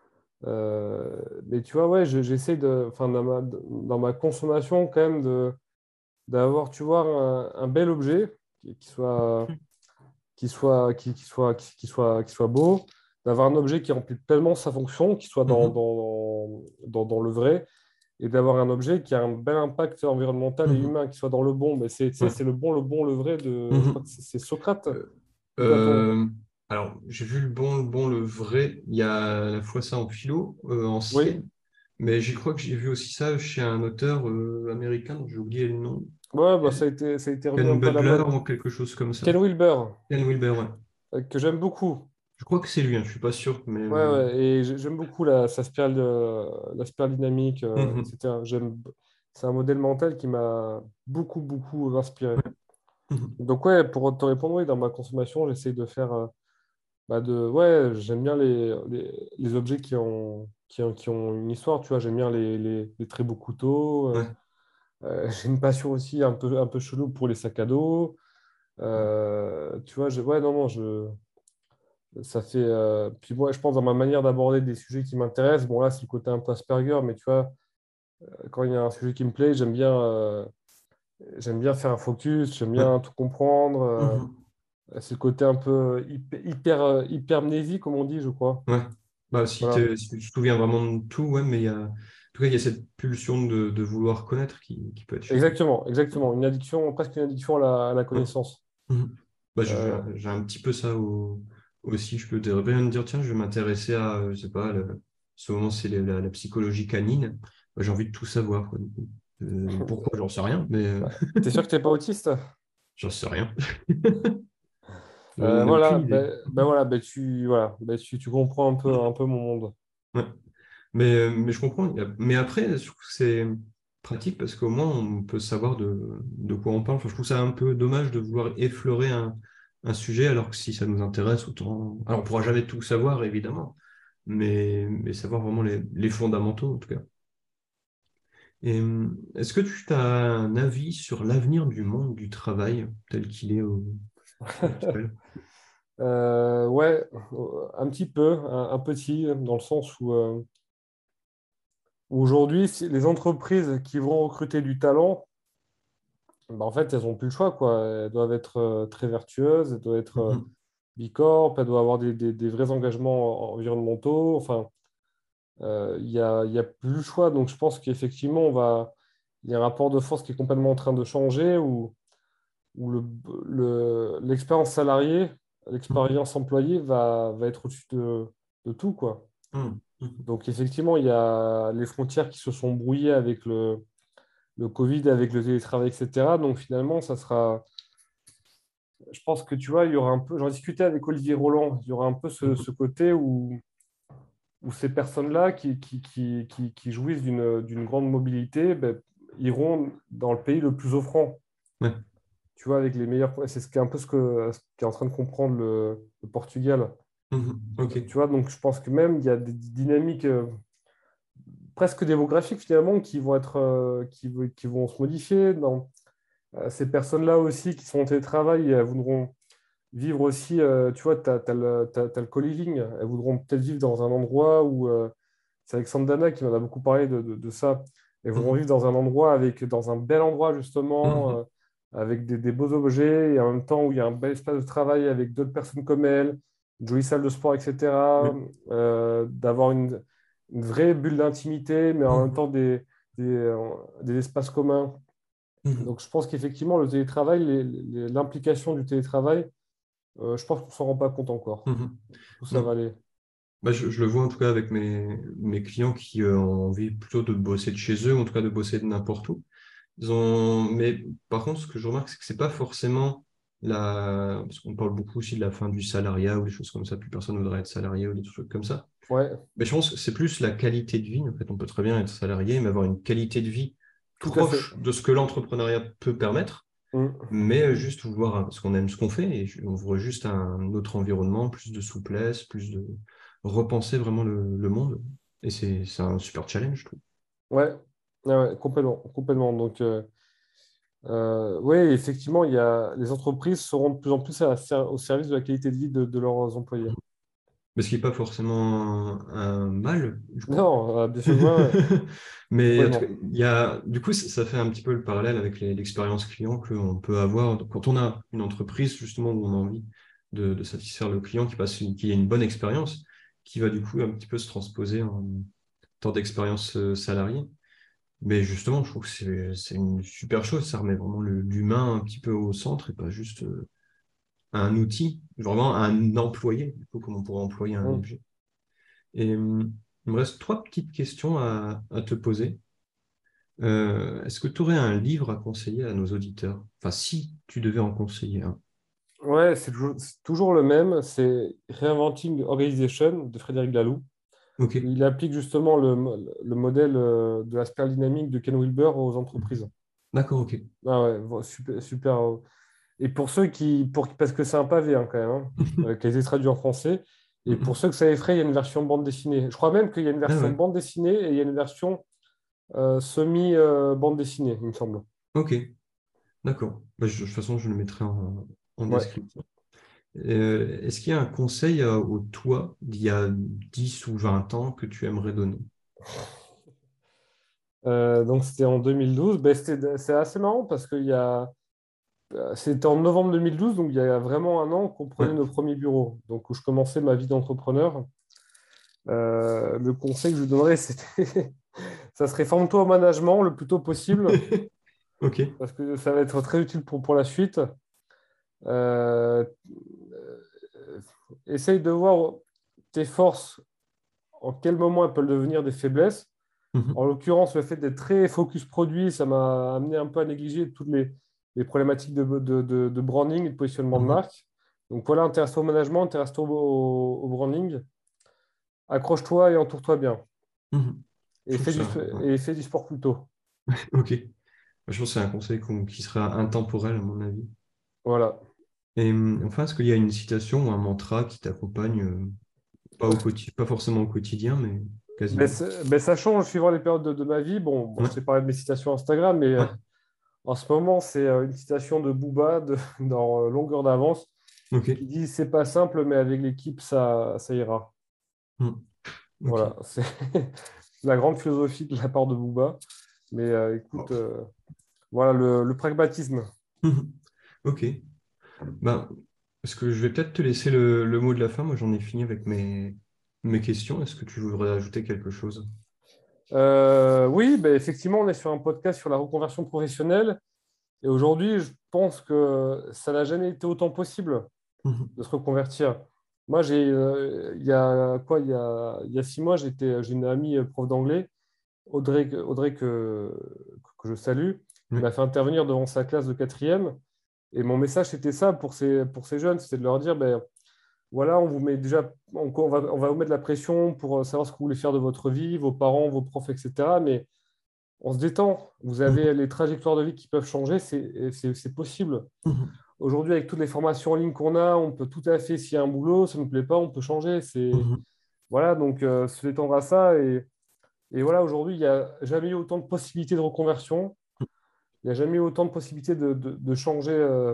Euh, mais tu vois, ouais, je- j'essaie de, enfin, dans ma, dans ma consommation, quand même, de, d'avoir, tu vois, un, un bel objet qui, qui soit, qui soit, qui, qui soit, qui, qui soit, qui soit beau, d'avoir un objet qui remplit pleinement sa fonction, qui soit dans, Mhm. dans, dans, dans le vrai, et d'avoir un objet qui a un bel impact environnemental et Mhm. humain, qui soit dans le bon. Mais c'est, tu sais, Ouais. c'est le bon, le bon, le vrai de, je crois que Mhm. c'est c'est Socrate Euh, ou Platon. euh, alors, j'ai vu le bon, le bon, le vrai. Il y a à la fois ça en philo, euh, Oui, ancienne, mais je crois que j'ai vu aussi ça chez un auteur euh, américain dont j'ai oublié le nom. ouais, bah, ça a été, ça a été remis un Ken peu à la Butler mode. ou quelque chose comme ça. Ken Wilber. Ken Wilber, ouais. euh, que j'aime beaucoup. Je crois que c'est lui, hein, je suis pas sûr, mais Ouais, euh, ouais, et j'ai- j'aime beaucoup la, sa spirale, de, la spirale dynamique, euh, mhm, et cetera. J'aime, c'est un modèle mental qui m'a beaucoup, beaucoup inspiré. mhm, Donc, ouais, pour te répondre, oui, dans ma consommation, j'essaie de faire. euh, bah de, ouais, j'aime bien les, les, les objets qui ont, qui ont, qui ont une histoire, tu vois. J'aime bien les, les, les très beaux couteaux. euh, ouais, euh, j'ai une passion aussi un peu, un peu chelou pour les sacs à dos. Euh, tu vois, je, ouais, non, non, je, ça fait. euh, puis moi, je pense dans ma manière d'aborder des sujets qui m'intéressent, bon, là, c'est le côté un peu Asperger, mais tu vois, quand il y a un sujet qui me plaît, j'aime bien, euh, j'aime bien faire un focus, j'aime ouais, bien tout comprendre. euh, mhm, c'est le côté un peu hyper, hyper, euh, hypermnésie, comme on dit, je crois. ouais. Bah, si, Voilà. t'es- si tu te souviens vraiment de tout, ouais, mais il y a, en tout cas, il y a cette pulsion de, de vouloir connaître qui, qui peut être chouette. Exactement, exactement. Une addiction, presque une addiction à la, à la Ouais. connaissance. Mhm. Bah, je- j'ai Euh, j'ai un petit peu ça au- aussi. Je peux te- bien me dire, tiens, je vais m'intéresser à, euh, je sais pas, le- ce moment, c'est la, la- la psychologie canine. Bah, j'ai envie de tout savoir, quoi, du coup. Euh, pourquoi, j'en sais rien, mais euh, ouais. T'es sûr que t'es pas autiste? j'en sais rien. Euh, J'en ai aucune voilà, idée. ben, ben voilà, ben tu, voilà, ben tu, tu comprends un peu, un peu mon monde. Ouais. Mais, euh, mais je comprends. Il y a- Mais après, je trouve que c'est pratique parce qu'au moins, on peut savoir de, de quoi on parle. Enfin, je trouve ça un peu dommage de vouloir effleurer un, un sujet alors que si ça nous intéresse, autant. Alors, on pourra jamais tout savoir, évidemment, mais, mais savoir vraiment les, les fondamentaux, en tout cas. Et hum, est-ce que tu as un avis sur l'avenir du monde du travail tel qu'il est au- actuel? Euh, ouais, euh, un petit peu, un, un petit, dans le sens où, euh, où aujourd'hui, si- les entreprises qui vont recruter du talent, ben, en fait, elles n'ont plus le choix, quoi. Elles doivent être euh, très vertueuses, elles doivent être euh, Mhm, bicorp, elles doivent avoir des, des- des vrais engagements environnementaux. Enfin, euh, il y a, il y a plus le choix. Donc, je pense qu'effectivement, on va, il y a un rapport de force qui est complètement en train de changer, où, où le, le- l'expérience salariée, mhm, l'expérience employée va, va être au-dessus de, de tout, quoi. mhm, mhm. Donc, effectivement, il y a les frontières qui se sont brouillées avec le, le Covid, avec le télétravail, et cetera. Donc, finalement, ça sera. Je pense que tu vois, il y aura un peu. J'en discutais avec Olivier Roland, il y aura un peu ce, ce côté où, où ces personnes-là qui, qui, qui, qui, qui jouissent d'une, d'une grande mobilité ben, iront dans le pays le plus offrant. Ouais. Tu vois, avec les meilleurs. C'est ce qui est un peu ce que ce qu'est en train de comprendre le, le Portugal. Mhm, ok. Tu vois, donc je pense que même il y a des dynamiques euh, presque démographiques finalement qui vont être euh, qui, v- qui vont se modifier. Dans, euh, ces personnes-là aussi qui sont en télétravail, elles voudront vivre aussi, euh, tu vois, tu as, le, t'as- t'as le co-living. Elles voudront peut-être vivre dans un endroit où, euh, c'est Alexandre Dana qui m'en a beaucoup parlé de, de- de ça. Elles voudront Mhm, vivre dans un endroit avec, dans un bel endroit justement, mhm, euh, avec des, des beaux objets et en même temps où il y a un bel espace de travail avec d'autres personnes comme elles, une jolie salle de sport, et cetera. ouais. Euh, d'avoir une, une vraie bulle d'intimité, mais en même Mhm, temps des, des, euh, des espaces communs. mhm, Donc je pense qu'effectivement, le télétravail, les- les- l'implication du télétravail, euh, je pense qu'on ne s'en rend pas compte encore. mhm. Où ça va Non. aller. Bah, je, je le vois en tout cas avec mes, mes clients qui euh, ont envie plutôt de bosser de chez eux, ou en tout cas de bosser de n'importe où. Ils ont... Mais par contre, ce que je remarque, c'est que c'est pas forcément la... Parce qu'on parle beaucoup aussi de la fin du salariat ou des choses comme ça, plus personne ne voudrait être salarié ou des trucs comme ça. Ouais, Mais je pense que c'est plus la qualité de vie. En fait, on peut très bien être salarié, mais avoir une qualité de vie tout à fait. proche de ce que l'entrepreneuriat peut permettre, Mm. mais euh, juste vouloir, hein, parce qu'on aime ce qu'on fait, et on voudrait juste un autre environnement, plus de souplesse, plus de repenser vraiment le, le monde. Et c'est c'est un super challenge, je trouve. Ouais, ouais, ouais, complètement, complètement. Donc, euh, euh, oui, effectivement, il y a, les entreprises seront de plus en plus à la ser- au service de la qualité de vie de, de leurs employés. Mais ce qui n'est pas forcément un, un mal, du coup. Non, euh, bien sûr, ouais, ouais, Mais en tout cas, complètement. il y a, du coup, ça, ça fait un petit peu le parallèle avec les- l'expérience client qu'on peut avoir quand on a une entreprise, justement, où on a envie de, de satisfaire le client, qui passe une, qui a une bonne expérience, qui va du coup un petit peu se transposer en temps d'expérience euh, salariée. Mais justement, je trouve que c'est c'est une super chose. Ça remet vraiment le- l'humain un petit peu au centre et pas juste euh, un outil, vraiment un employé, du coup, comme on pourrait employer un Mm. objet. Et hum, il me reste trois petites questions à, à te poser. Euh, est-ce que tu aurais un livre à conseiller à nos auditeurs? Enfin, si tu devais en conseiller un. Ouais, c'est toujours, c'est toujours le même. C'est Reinventing Organization de Frédéric Laloux. Ok, Il applique justement le, le modèle euh, de la spirale dynamique de Ken Wilber aux entreprises. d'accord, ok. Ah ouais, vo- super, super. euh. Et pour ceux qui, pour, parce que c'est un pavé hein, quand même, hein, euh, qui a été traduit en français. Et pour ceux que ça effraie, il y a une version bande dessinée. Je crois même qu'il y a une Ah version ouais, bande dessinée et il y a une version euh, semi-bande dessinée, il me semble. ok, d'accord. Bah, je- de toute façon, je le mettrai en, en Ouais. description. Euh, est-ce qu'il y a un conseil euh, au toi d'il y a dix ou vingt ans que tu aimerais donner? Euh, donc c'était en deux mille douze. Ben, c'était- c'est assez marrant parce qu'il y a, euh, c'était en novembre deux mille douze, donc il y a vraiment un an qu'on prenait Ouais. nos premiers bureaux, donc où je commençais ma vie d'entrepreneur. Euh, le conseil que je lui donnerais, c'était ça serait forme-toi au management le plus tôt possible Ok. parce que ça va être très utile pour, pour la suite. Euh, euh, Essaye de voir tes forces, en quel moment elles peuvent devenir des faiblesses. En Mhm. l'occurrence, le fait d'être très focus produit, ça m'a amené un peu à négliger toutes les, les problématiques de, de, de, de branding et de positionnement de Mhm. marque. Donc voilà, intéresse-toi au management, intéresse-toi au, au branding, accroche-toi et entoure-toi bien. Mhm. Je Et trouve fais du, ça. et fais du sport plus tôt. Ok. Je pense que c'est un conseil qu'on- qui sera intemporel, à mon avis. Voilà. Et hum, enfin, est-ce qu'il y a une citation ou un mantra qui t'accompagne, euh, pas au quotidien, pas forcément au quotidien, mais Ben, quasiment? c'est- ben, ça change suivant les périodes de, de ma vie. Bon, bon, Ouais, je t'ai parlé de mes citations Instagram, mais euh, ouais, en ce moment, c'est euh, une citation de Booba de- dans euh, Longueur d'avance ok. qui dit c'est pas simple, mais avec l'équipe, ça, ça ira. Hum, ok. Voilà, c'est la grande philosophie de la part de Booba. Mais euh, Wow. écoute, euh, voilà le, le pragmatisme. Mhm. Ok. Ben, est-ce que je vais peut-être te laisser le, le mot de la fin? Moi, j'en ai fini avec mes, mes questions. Est-ce que tu voudrais ajouter quelque chose? Euh, oui, ben, effectivement, on est sur un podcast sur la reconversion professionnelle. Et aujourd'hui, je pense que ça n'a jamais été autant possible Mhm. de se reconvertir. Moi, j'ai, euh, il y a quoi, il y a, il y a six mois, j'étais, j'ai une amie euh, prof d'anglais, Audrey, Audrey que, que je salue, qui Ouais. m'a fait intervenir devant sa classe de quatrième. Et mon message, c'était ça pour ces, pour ces jeunes, c'était de leur dire, ben, voilà, on vous met déjà, on, on va, on va vous mettre de la pression pour savoir ce que vous voulez faire de votre vie, vos parents, vos profs, et cetera. Mais on se détend. Vous Mhm. avez les trajectoires de vie qui peuvent changer, c'est c'est- c'est possible. Mhm. Aujourd'hui, avec toutes les formations en ligne qu'on a, on peut tout à fait, s'il y a un boulot, ça ne nous plaît pas, on peut changer. C'est, Mhm. voilà, donc euh, se détendre à ça. Et, et voilà, aujourd'hui, il n'y a jamais eu autant de possibilités de reconversion. Il n'y a jamais eu autant de possibilités de, de- de changer euh,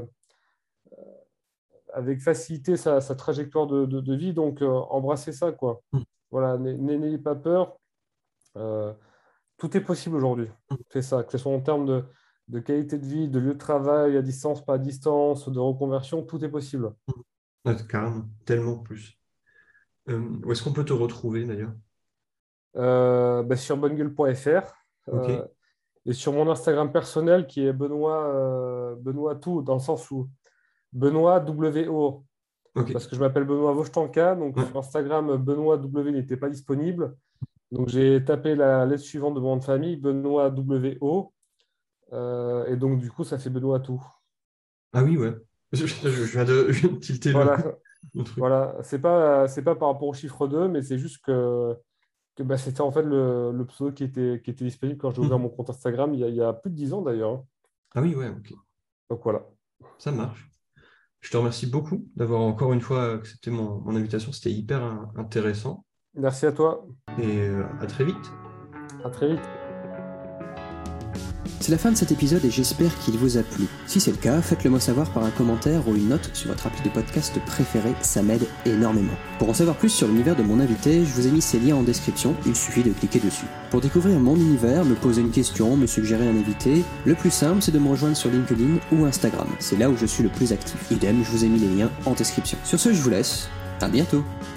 avec facilité sa, sa trajectoire de, de- de vie. Donc, euh, embrassez ça, quoi. Mhm. Voilà, n'ay- n'ayez pas peur. Euh, Tout est possible aujourd'hui. C'est ça, que ce soit en termes de, de qualité de vie, de lieu de travail, à distance, pas à distance, de reconversion, tout est possible. Ouais, carrément, tellement plus. Euh, où est-ce qu'on peut te retrouver d'ailleurs? Euh, bah, sur bonnegueule point f r Ok, euh, et sur mon Instagram personnel qui est Benoît, euh, Benoît tout, dans le sens où Benoît W O, ok, parce que je m'appelle Benoît Vochtanka, donc ouais. sur Instagram, Benoît W n'était pas disponible. Donc j'ai tapé la lettre suivante de mon nom de famille, Benoît W O, euh, et donc du coup, ça fait Benoît tout. Ah oui, ouais. Je, je- je viens de, je viens de tilter le, Voilà, le truc. voilà. C'est pas, c'est pas par rapport au chiffre deux, mais c'est juste que, que bah, c'était en fait le, le pseudo qui était, qui était disponible quand j'ai ouvert Mhm. mon compte Instagram il y a, il y a plus de dix ans d'ailleurs, hein. Ah oui, ouais, ok. Donc voilà. Ça marche. Je te remercie beaucoup d'avoir encore une fois accepté mon, mon invitation. C'était hyper euh, intéressant. Merci à toi. Et euh, à très vite. À très vite. C'est la fin de cet épisode et j'espère qu'il vous a plu. Si c'est le cas, faites-le moi savoir par un commentaire ou une note sur votre appli de podcast préféré, ça m'aide énormément. Pour en savoir plus sur l'univers de mon invité, je vous ai mis ses liens en description, il suffit de cliquer dessus. Pour découvrir mon univers, me poser une question, me suggérer un invité, le plus simple c'est de me rejoindre sur LinkedIn ou Instagram. C'est là où je suis le plus actif. Idem, je vous ai mis les liens en description. Sur ce, je vous laisse. À bientôt.